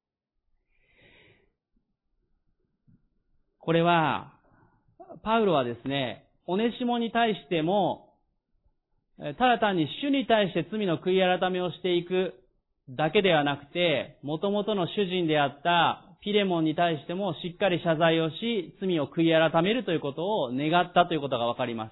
これは、パウロはですね、オネシモに対しても、ただ単に主に対して罪の悔い改めをしていくだけではなくて、元々の主人であったピレモンに対してもしっかり謝罪をし、罪を悔い改めるということを願ったということがわかります。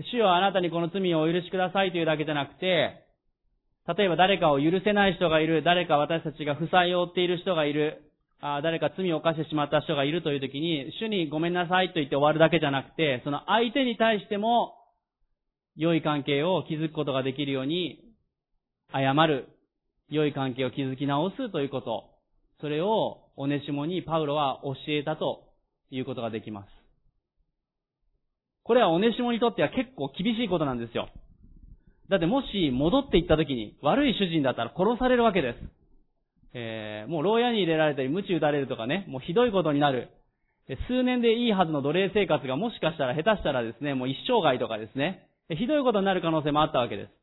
主よあなたにこの罪をお許しくださいというだけじゃなくて、例えば誰かを許せない人がいる、誰か私たちが負債を負っている人がいる、誰か罪を犯してしまった人がいるというときに、主にごめんなさいと言って終わるだけじゃなくて、その相手に対しても良い関係を築くことができるように、謝る、良い関係を築き直すということ、それをオネシモにパウロは教えたということができます。これはオネシモにとっては結構厳しいことなんですよ。だってもし戻っていったときに悪い主人だったら殺されるわけです。もう牢屋に入れられたり鞭打たれるとかね、もうひどいことになる。数年でいいはずの奴隷生活がもしかしたら下手したらですね、もう一生涯とかですね、ひどいことになる可能性もあったわけです。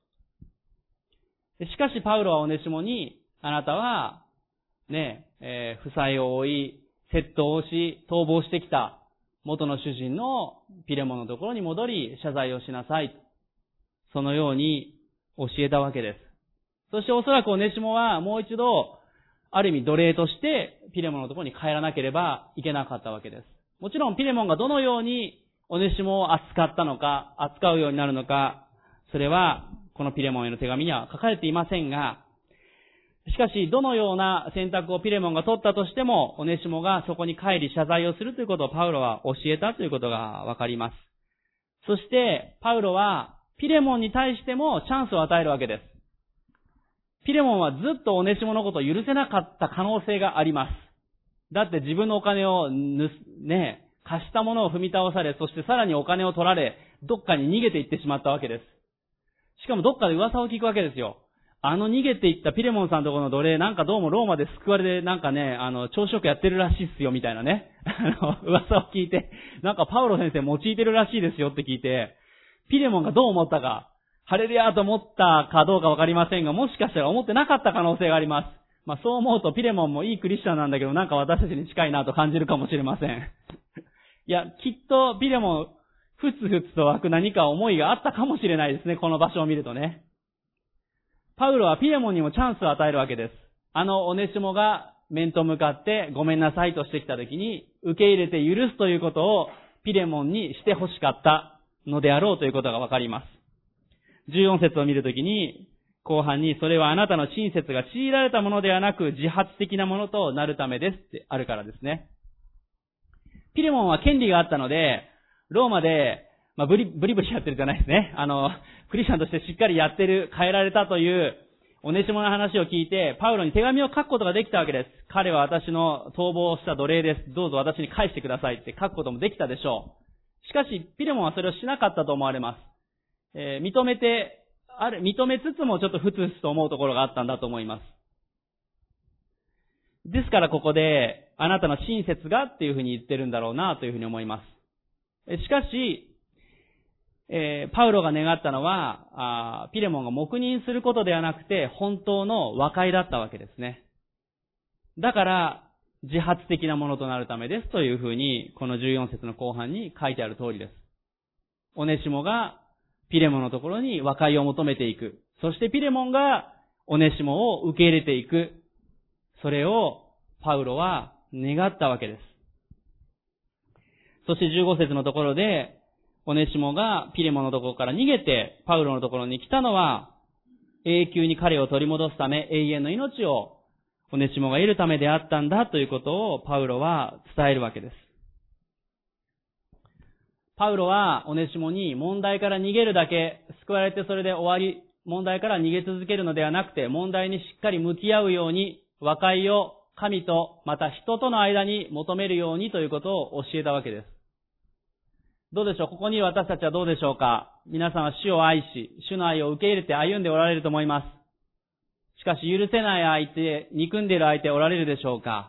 しかしパウロはオネシモに、あなたは、ね、負債を負い、窃盗をし、逃亡してきた元の主人のピレモンのところに戻り、謝罪をしなさい。そのように教えたわけです。そしておそらくオネシモはもう一度、ある意味奴隷としてピレモンのところに帰らなければいけなかったわけです。もちろんピレモンがどのようにオネシモを扱ったのか、扱うようになるのか、それはこのピレモンへの手紙には書かれていませんが、しかしどのような選択をピレモンが取ったとしても、オネシモがそこに帰り謝罪をするということをパウロは教えたということがわかります。そしてパウロはピレモンに対してもチャンスを与えるわけです。ピレモンはずっとオネシモのことを許せなかった可能性があります。だって自分のお金を貸したものを踏み倒され、そしてさらにお金を取られ、どっかに逃げていってしまったわけです。しかもどっかで噂を聞くわけですよ。逃げていったピレモンさんのところの奴隷、なんかどうもローマで救われて、朝食やってるらしいっすよ、みたいなね。噂を聞いて、なんかパウロ先生用いてるらしいですよって聞いて、ピレモンがどう思ったか、ハレルヤーと思ったかどうかわかりませんが、もしかしたら思ってなかった可能性があります。そう思うとピレモンもいいクリスチャンなんだけど、なんか私たちに近いなと感じるかもしれません。いや、きっとピレモン、ふつふつと湧く何か思いがあったかもしれないですね、この場所を見るとね。パウロはピレモンにもチャンスを与えるわけです。オネシモが面と向かってごめんなさいとしてきたときに、受け入れて許すということをピレモンにして欲しかったのであろうということがわかります。14節を見るときに、後半に、それはあなたの親切が強いられたものではなく、自発的なものとなるためですってあるからですね。ピレモンは権利があったので、ローマで、ブリブリやってるじゃないですね。クリスチャンとしてしっかりやってる、変えられたという、オネシモの話を聞いて、パウロに手紙を書くことができたわけです。彼は私の逃亡した奴隷です。どうぞ私に返してくださいって書くこともできたでしょう。しかし、ピレモンはそれをしなかったと思われます。認めつつもちょっとふつふつと思うところがあったんだと思います。ですからここで、あなたの親切がっていうふうに言ってるんだろうなというふうに思います。しかし、パウロが願ったのは、ピレモンが黙認することではなくて、本当の和解だったわけですね。だから、自発的なものとなるためですというふうに、この14節の後半に書いてある通りです。オネシモがピレモンのところに和解を求めていく。そしてピレモンがオネシモを受け入れていく。それをパウロは願ったわけです。そして15節のところで、オネシモがピレモンのところから逃げてパウロのところに来たのは、永久に彼を取り戻すため、永遠の命をオネシモが得るためであったんだということをパウロは伝えるわけです。パウロはオネシモに問題から逃げるだけ、救われてそれで終わり、問題から逃げ続けるのではなくて、問題にしっかり向き合うように、和解を神とまた人との間に求めるようにということを教えたわけです。どうでしょう？ここにいる私たちはどうでしょうか？皆さんは主を愛し、主の愛を受け入れて歩んでおられると思います。しかし許せない相手、憎んでいる相手おられるでしょうか？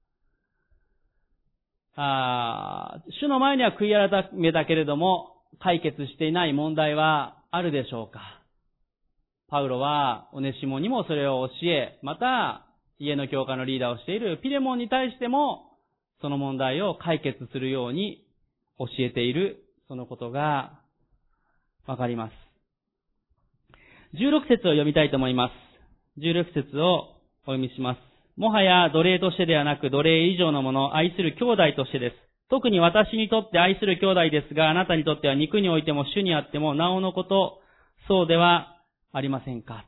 主の前には悔い改めだけれども、解決していない問題はあるでしょうか？パウロはオネシモにもそれを教え、また家の教会のリーダーをしているピレモンに対しても、その問題を解決するように教えている、そのことがわかります。16節を読みたいと思います。16節をお読みします。もはや奴隷としてではなく奴隷以上のもの、愛する兄弟としてです。特に私にとって愛する兄弟ですが、あなたにとっては肉においても主にあってもなおのこと、そうではありませんか。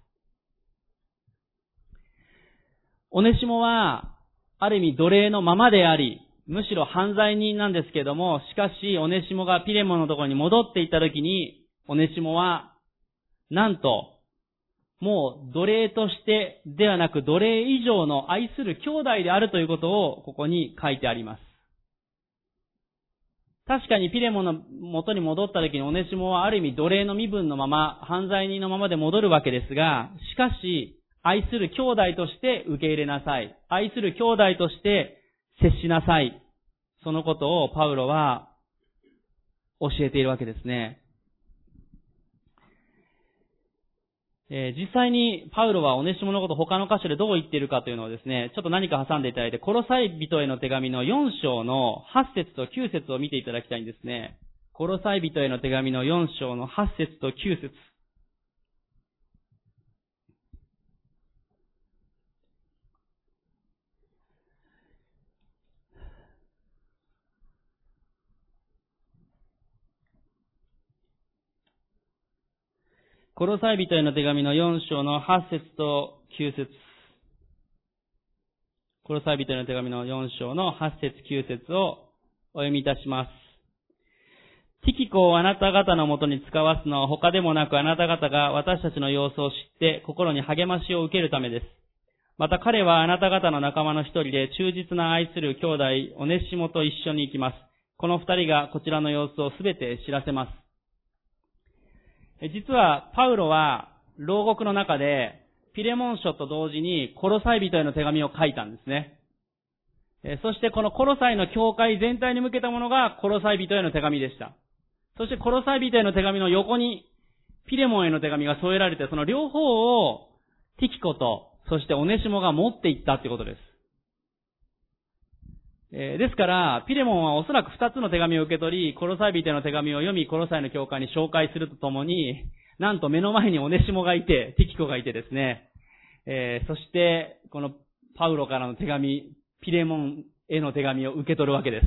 オネシモは、ある意味奴隷のままであり、むしろ犯罪人なんですけども、しかしオネシモがピレモンのところに戻っていったときに、オネシモは、なんと、もう奴隷としてではなく奴隷以上の愛する兄弟であるということをここに書いてあります。確かにピレモンの元に戻ったときにオネシモはある意味奴隷の身分のまま、犯罪人のままで戻るわけですが、しかし愛する兄弟として受け入れなさい。愛する兄弟として接しなさい。そのことをパウロは教えているわけですね。実際にパウロはオネシモのこと他の箇所でどう言っているかというのをですね、ちょっと何か挟んでいただいて、コロサイ人への手紙の4章の8節と9節を見ていただきたいんですね。コロサイ人への手紙の4章の8節と9節。コロサイ人への手紙の4章の8節と9節。コロサイ人への手紙の4章の8節9節をお読みいたします。 ティキコをあなた方のもとに使わすのは他でもなく、あなた方が私たちの様子を知って心に励ましを受けるためです。また彼はあなた方の仲間の一人で忠実な愛する兄弟オネシモと一緒に行きます。この二人がこちらの様子をすべて知らせます。実はパウロは牢獄の中でピレモン書と同時にコロサイ人への手紙を書いたんですね。そしてこのコロサイの教会全体に向けたものがコロサイ人への手紙でした。そしてコロサイ人への手紙の横にピレモンへの手紙が添えられて、その両方をティキコとそしてオネシモが持っていったってことです。ですから、ピレモンはおそらく2つの手紙を受け取り、コロサイ人への手紙を読み、コロサイの教会に紹介するとともに、なんと目の前にオネシモがいて、ティキコがいてですね、そして、このパウロからの手紙、ピレモンへの手紙を受け取るわけです。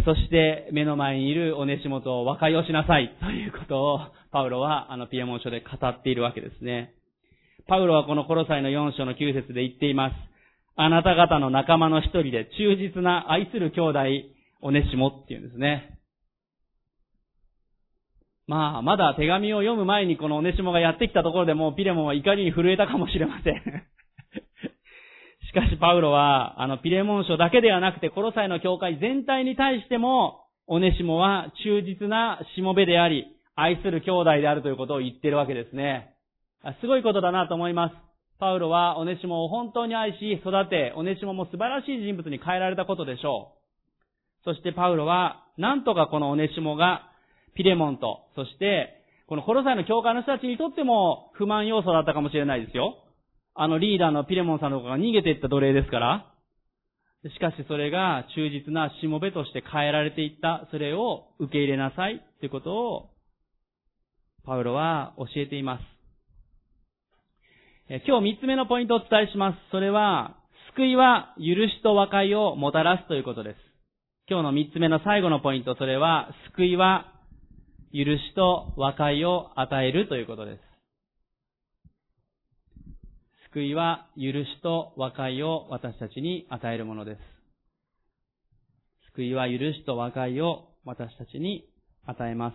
そして、目の前にいるオネシモと和解をしなさいということを、パウロはピレモン書で語っているわけですね。パウロはこのコロサイの4章の9節で言っています。あなた方の仲間の一人で忠実な愛する兄弟オネシモっていうんですね。まだ手紙を読む前にこのオネシモがやってきたところでもうピレモンは怒りに震えたかもしれません。しかしパウロはピレモン書だけではなくてコロサイの教会全体に対してもオネシモは忠実なしもべであり愛する兄弟であるということを言っているわけですね。すごいことだなと思います。パウロはオネシモを本当に愛し育て、オネシモも素晴らしい人物に変えられたことでしょう。そしてパウロは、なんとかこのオネシモがピレモンと、そしてこのコロサイの教会の人たちにとっても不満要素だったかもしれないですよ。リーダーのピレモンさんの子が逃げていった奴隷ですから。しかしそれが忠実なしもべとして変えられていった、それを受け入れなさいということをパウロは教えています。今日3つ目のポイントをお伝えします。それは、救いは許しと和解をもたらすということです。今日の3つ目の最後のポイント、それは、救いは許しと和解を与えるということです。救いは許しと和解を私たちに与えるものです。救いは許しと和解を私たちに与えます。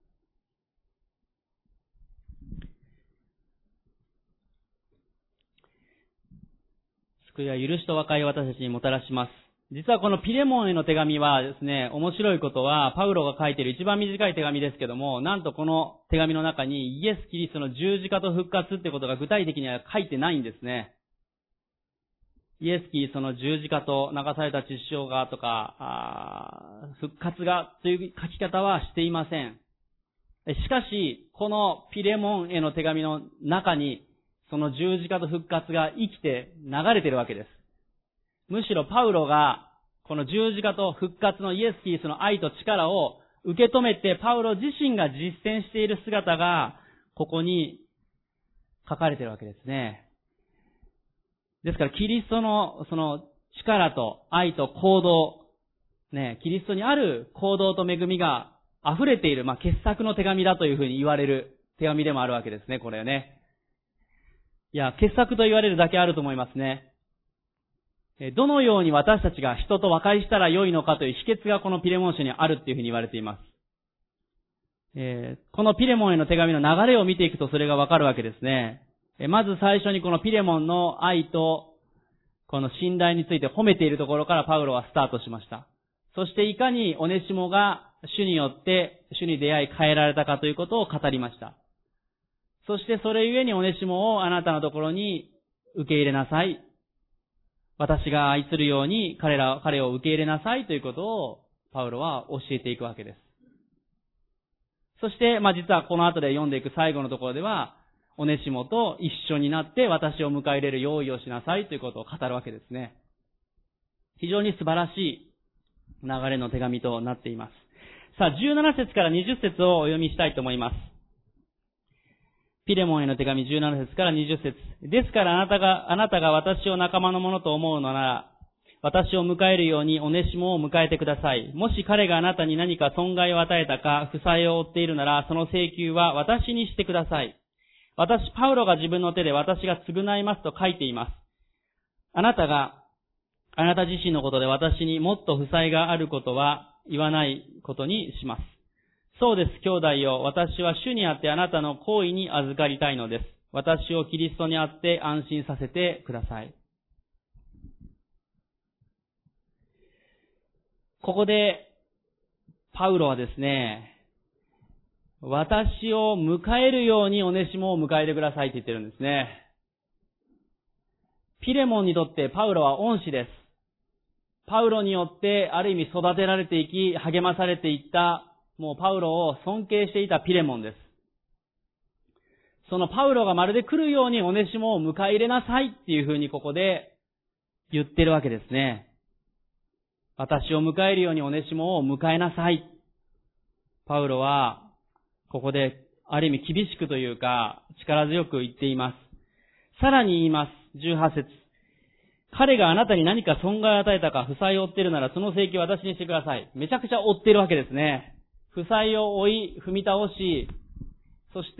救いは許しと和解を私たちにもたらします。実はこのピレモンへの手紙はですね、面白いことは、パウロが書いている一番短い手紙ですけども、なんとこの手紙の中にイエス・キリストの十字架と復活ってことが具体的には書いてないんですね。イエス・キリストの十字架と流された血潮がとか、復活がという書き方はしていません。しかし、このピレモンへの手紙の中に、その十字架と復活が生きて流れているわけです。むしろパウロがこの十字架と復活のイエス・キリストの愛と力を受け止めてパウロ自身が実践している姿がここに書かれているわけですね。ですからキリストのその力と愛と行動、キリストにある行動と恵みが溢れている、傑作の手紙だというふうに言われる手紙でもあるわけですね、これね。いや、傑作と言われるだけあると思いますね。どのように私たちが人と和解したら良いのかという秘訣がこのピレモン書にあるっていうふうに言われています。このピレモンへの手紙の流れを見ていくとそれがわかるわけですね。まず最初にこのピレモンの愛とこの信頼について褒めているところからパウロはスタートしました。そしていかにオネシモが主によって主に出会い変えられたかということを語りました。そしてそれゆえにオネシモをあなたのところに受け入れなさい。私が愛するように彼を受け入れなさいということをパウロは教えていくわけです。そして、実はこの後で読んでいく最後のところでは、オネシモと一緒になって私を迎え入れる用意をしなさいということを語るわけですね。非常に素晴らしい流れの手紙となっています。さあ、17節から20節をお読みしたいと思います。ピレモンへの手紙17節から20節。ですからあなたが私を仲間のものと思うのなら、私を迎えるようにオネシモを迎えてください。もし彼があなたに何か損害を与えたか、負債を負っているなら、その請求は私にしてください。パウロが自分の手で私が償いますと書いています。あなた自身のことで私にもっと負債があることは言わないことにします。そうです、兄弟よ。私は主にあってあなたの行為に預かりたいのです。私をキリストにあって安心させてください。ここで、パウロはですね、私を迎えるようにオネシモを迎えてくださいって言ってるんですね。ピレモンにとってパウロは恩師です。パウロによってある意味育てられていき、励まされていった、もうパウロを尊敬していたピレモンです。そのパウロがまるで来るようにオネシモを迎え入れなさいっていうふうにここで言ってるわけですね。私を迎えるようにオネシモを迎えなさい。パウロはここである意味厳しくというか力強く言っています。さらに言います。18節。彼があなたに何か損害を与えたか負債を負っているならその請求を私にしてください。めちゃくちゃ負っているわけですね。負債を負い、踏み倒し、そして、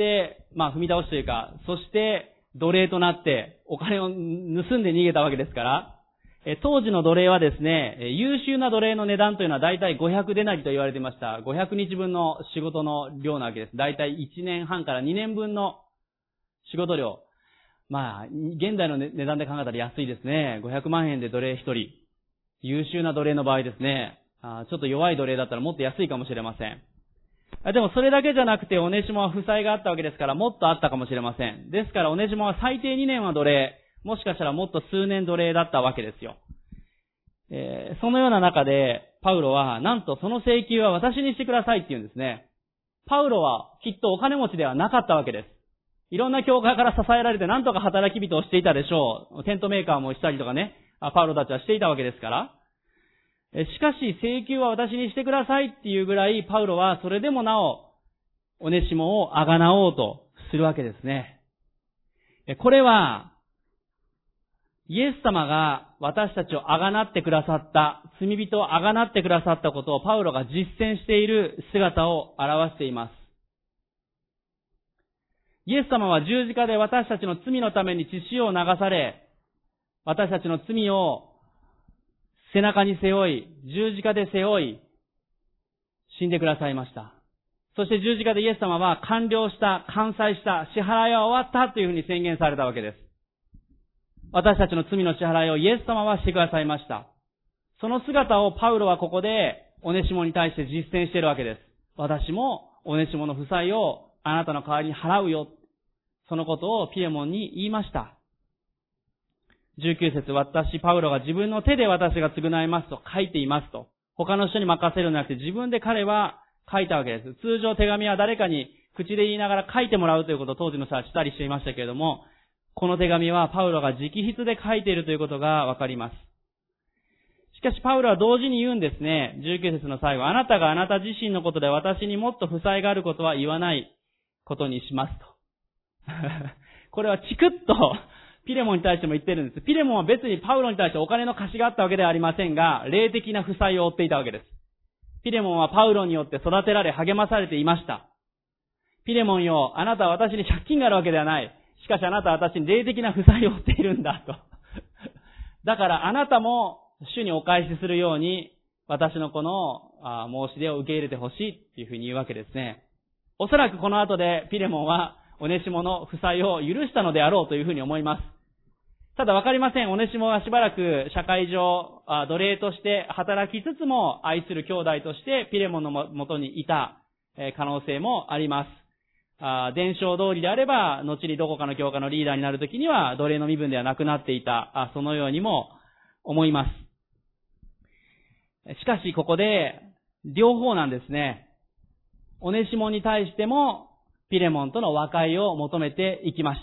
踏み倒しというか、そして奴隷となってお金を盗んで逃げたわけですから、当時の奴隷はですね、優秀な奴隷の値段というのは大体500デナリと言われていました。500日分の仕事の量なわけです。大体1年半から2年分の仕事量。現代の値段で考えたら安いですね。500万円で奴隷1人。優秀な奴隷の場合ですね。ちょっと弱い奴隷だったらもっと安いかもしれません。でもそれだけじゃなくてオネシモは負債があったわけですからもっとあったかもしれません。ですからオネシモは最低2年は奴隷、もしかしたらもっと数年奴隷だったわけですよ。そのような中でパウロはなんとその請求は私にしてくださいって言うんですね。パウロはきっとお金持ちではなかったわけです。いろんな教会から支えられてなんとか働き人をしていたでしょう。テントメーカーもしたりとかね、パウロたちはしていたわけですから。しかし請求は私にしてくださいっていうぐらいパウロはそれでもなおオネシモをあがなおうとするわけですね。これはイエス様が私たちをあがなってくださった、罪人をあがなってくださったことをパウロが実践している姿を表しています。イエス様は十字架で私たちの罪のために血潮を流され、私たちの罪を背中に背負い、十字架で背負い、死んでくださいました。そして十字架でイエス様は完了した、完済した、支払いは終わったというふうに宣言されたわけです。私たちの罪の支払いをイエス様はしてくださいました。その姿をパウロはここでオネシモに対して実践しているわけです。私もオネシモの負債をあなたの代わりに払うよ。そのことをピレモンに言いました。19節、私、パウロが自分の手で私が償いますと書いていますと。他の人に任せるのではなくて自分で彼は書いたわけです。通常手紙は誰かに口で言いながら書いてもらうということを当時の人はしたりしていましたけれども、この手紙はパウロが直筆で書いているということがわかります。しかしパウロは同時に言うんですね。19節の最後、あなたがあなた自身のことで私にもっと負債があることは言わないことにしますと。これはチクッとピレモンに対しても言ってるんです。ピレモンは別にパウロに対してお金の貸しがあったわけではありませんが、霊的な負債を負っていたわけです。ピレモンはパウロによって育てられ励まされていました。ピレモンよ、あなたは私に借金があるわけではない。しかしあなたは私に霊的な負債を負っているんだと。だからあなたも主にお返しするように私のこの申し出を受け入れてほしいっていうふうに言うわけですね。おそらくこの後でピレモンはオネシモの負債を許したのであろうというふうに思います。ただわかりません。オネシモはしばらく社会上奴隷として働きつつも愛する兄弟としてピレモンのもとにいた可能性もあります。伝承通りであれば、後にどこかの教会のリーダーになるときには奴隷の身分ではなくなっていた、そのようにも思います。しかしここで両方なんですね。オネシモに対してもピレモンとの和解を求めていきました。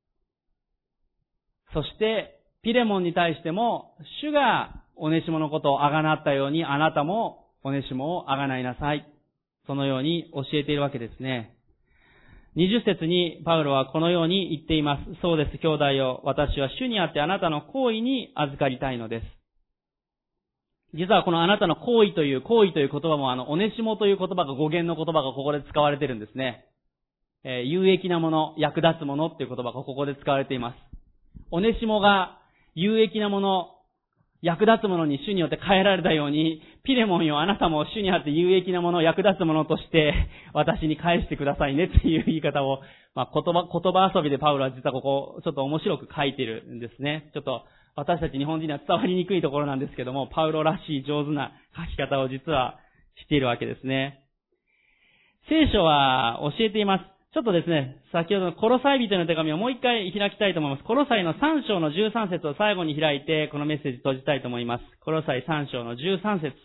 そしてピレモンに対しても主がオネシモのことをあがなったようにあなたもオネシモをあがないなさい。そのように教えているわけですね。20節にパウロはこのように言っています。そうです、兄弟よ。私は主にあってあなたの行為に預かりたいのです。実はこのあなたの行為という言葉もオネシモという言葉が語源の言葉がここで使われているんですね。有益なもの、役立つものっていう言葉がここで使われています。オネシモが有益なもの、 役立つものに主によって変えられたように、ピレモンよ、あなたも主にあって有益なもの、役立つものとして私に返してくださいねっていう言い方を、言葉遊びでパウロは実はここちょっと面白く書いてるんですね。ちょっと私たち日本人には伝わりにくいところなんですけども、パウロらしい上手な書き方を実はしているわけですね。聖書は教えています。ちょっとですね、先ほどのコロサイ人の手紙をもう一回開きたいと思います。コロサイの3章の13節を最後に開いて、このメッセージ閉じたいと思います。コロサイ3章の13節。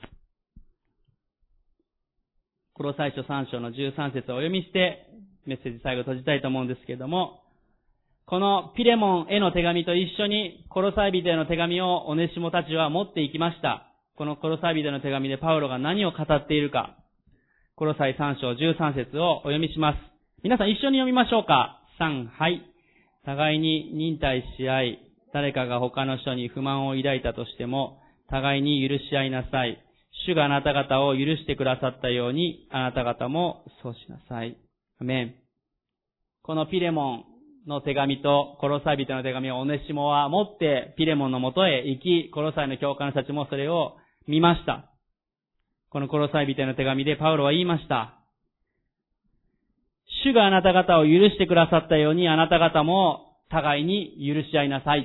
コロサイ書3章の13節をお読みして、メッセージ最後閉じたいと思うんですけれども、このピレモンへの手紙と一緒に、コロサイ人への手紙をオネシモたちは持っていきました。このコロサイ人の手紙でパウロが何を語っているか、コロサイ3章13節をお読みします。皆さん一緒に読みましょうか。3、はい。互いに忍耐し合い、誰かが他の人に不満を抱いたとしても、互いに許し合いなさい。主があなた方を許してくださったように、あなた方もそうしなさい。アメン。このピレモンの手紙とコロサイ人の手紙をオネシモは持ってピレモンの元へ行き、コロサイの教会の人たちもそれを見ました。このコロサイ人への手紙でパウロは言いました。主があなた方を許してくださったように、あなた方も互いに許し合いなさい。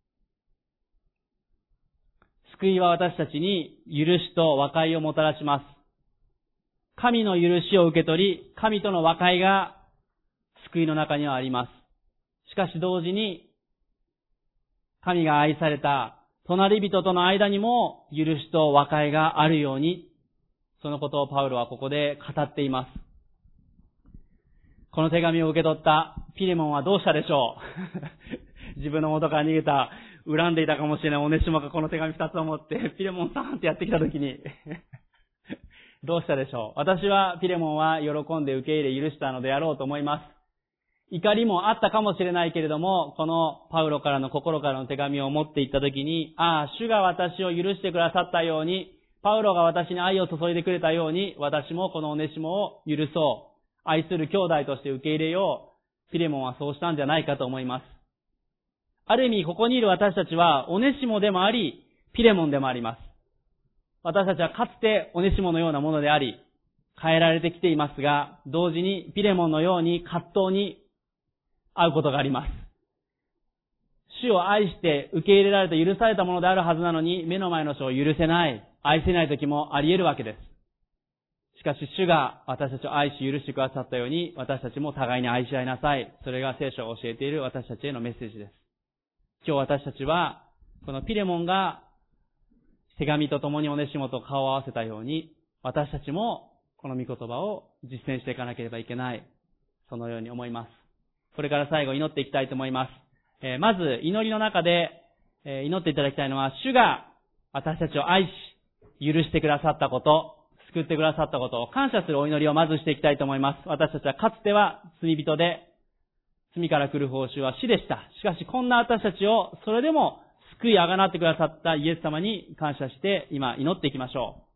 救いは私たちに許しと和解をもたらします。神の許しを受け取り、神との和解が救いの中にはあります。しかし同時に、神が愛された隣人との間にも許しと和解があるように、そのことをパウロはここで語っています。この手紙を受け取ったピレモンはどうしたでしょう自分の元から逃げた、恨んでいたかもしれないオネシモがこの手紙2つを持って、ピレモンさんってやってきたときに、どうしたでしょう。私はピレモンは喜んで受け入れ許したのであろうと思います。怒りもあったかもしれないけれども、このパウロからの心からの手紙を持っていったときに、主が私を許してくださったように、パウロが私に愛を注いでくれたように、私もこのオネシモを許そう。愛する兄弟として受け入れよう。ピレモンはそうしたんじゃないかと思います。ある意味、ここにいる私たちは、オネシモでもあり、ピレモンでもあります。私たちはかつてオネシモのようなものであり、変えられてきていますが、同時にピレモンのように葛藤に遭うことがあります。主を愛して受け入れられて許されたものであるはずなのに、目の前の人を許せない、愛せない時もあり得るわけです。しかし主が私たちを愛し許してくださったように、私たちも互いに愛し合いなさい。それが聖書が教えている私たちへのメッセージです。今日私たちは、このピレモンが手紙と共にオネシモと顔を合わせたように、私たちもこの御言葉を実践していかなければいけない。そのように思います。これから最後祈っていきたいと思います。まず祈りの中で祈っていただきたいのは、主が私たちを愛し、許してくださったこと、救ってくださったことを感謝するお祈りをまずしていきたいと思います。私たちはかつては罪人で、罪から来る報酬は死でした。しかしこんな私たちをそれでも救いあがなってくださったイエス様に感謝して今祈っていきましょう。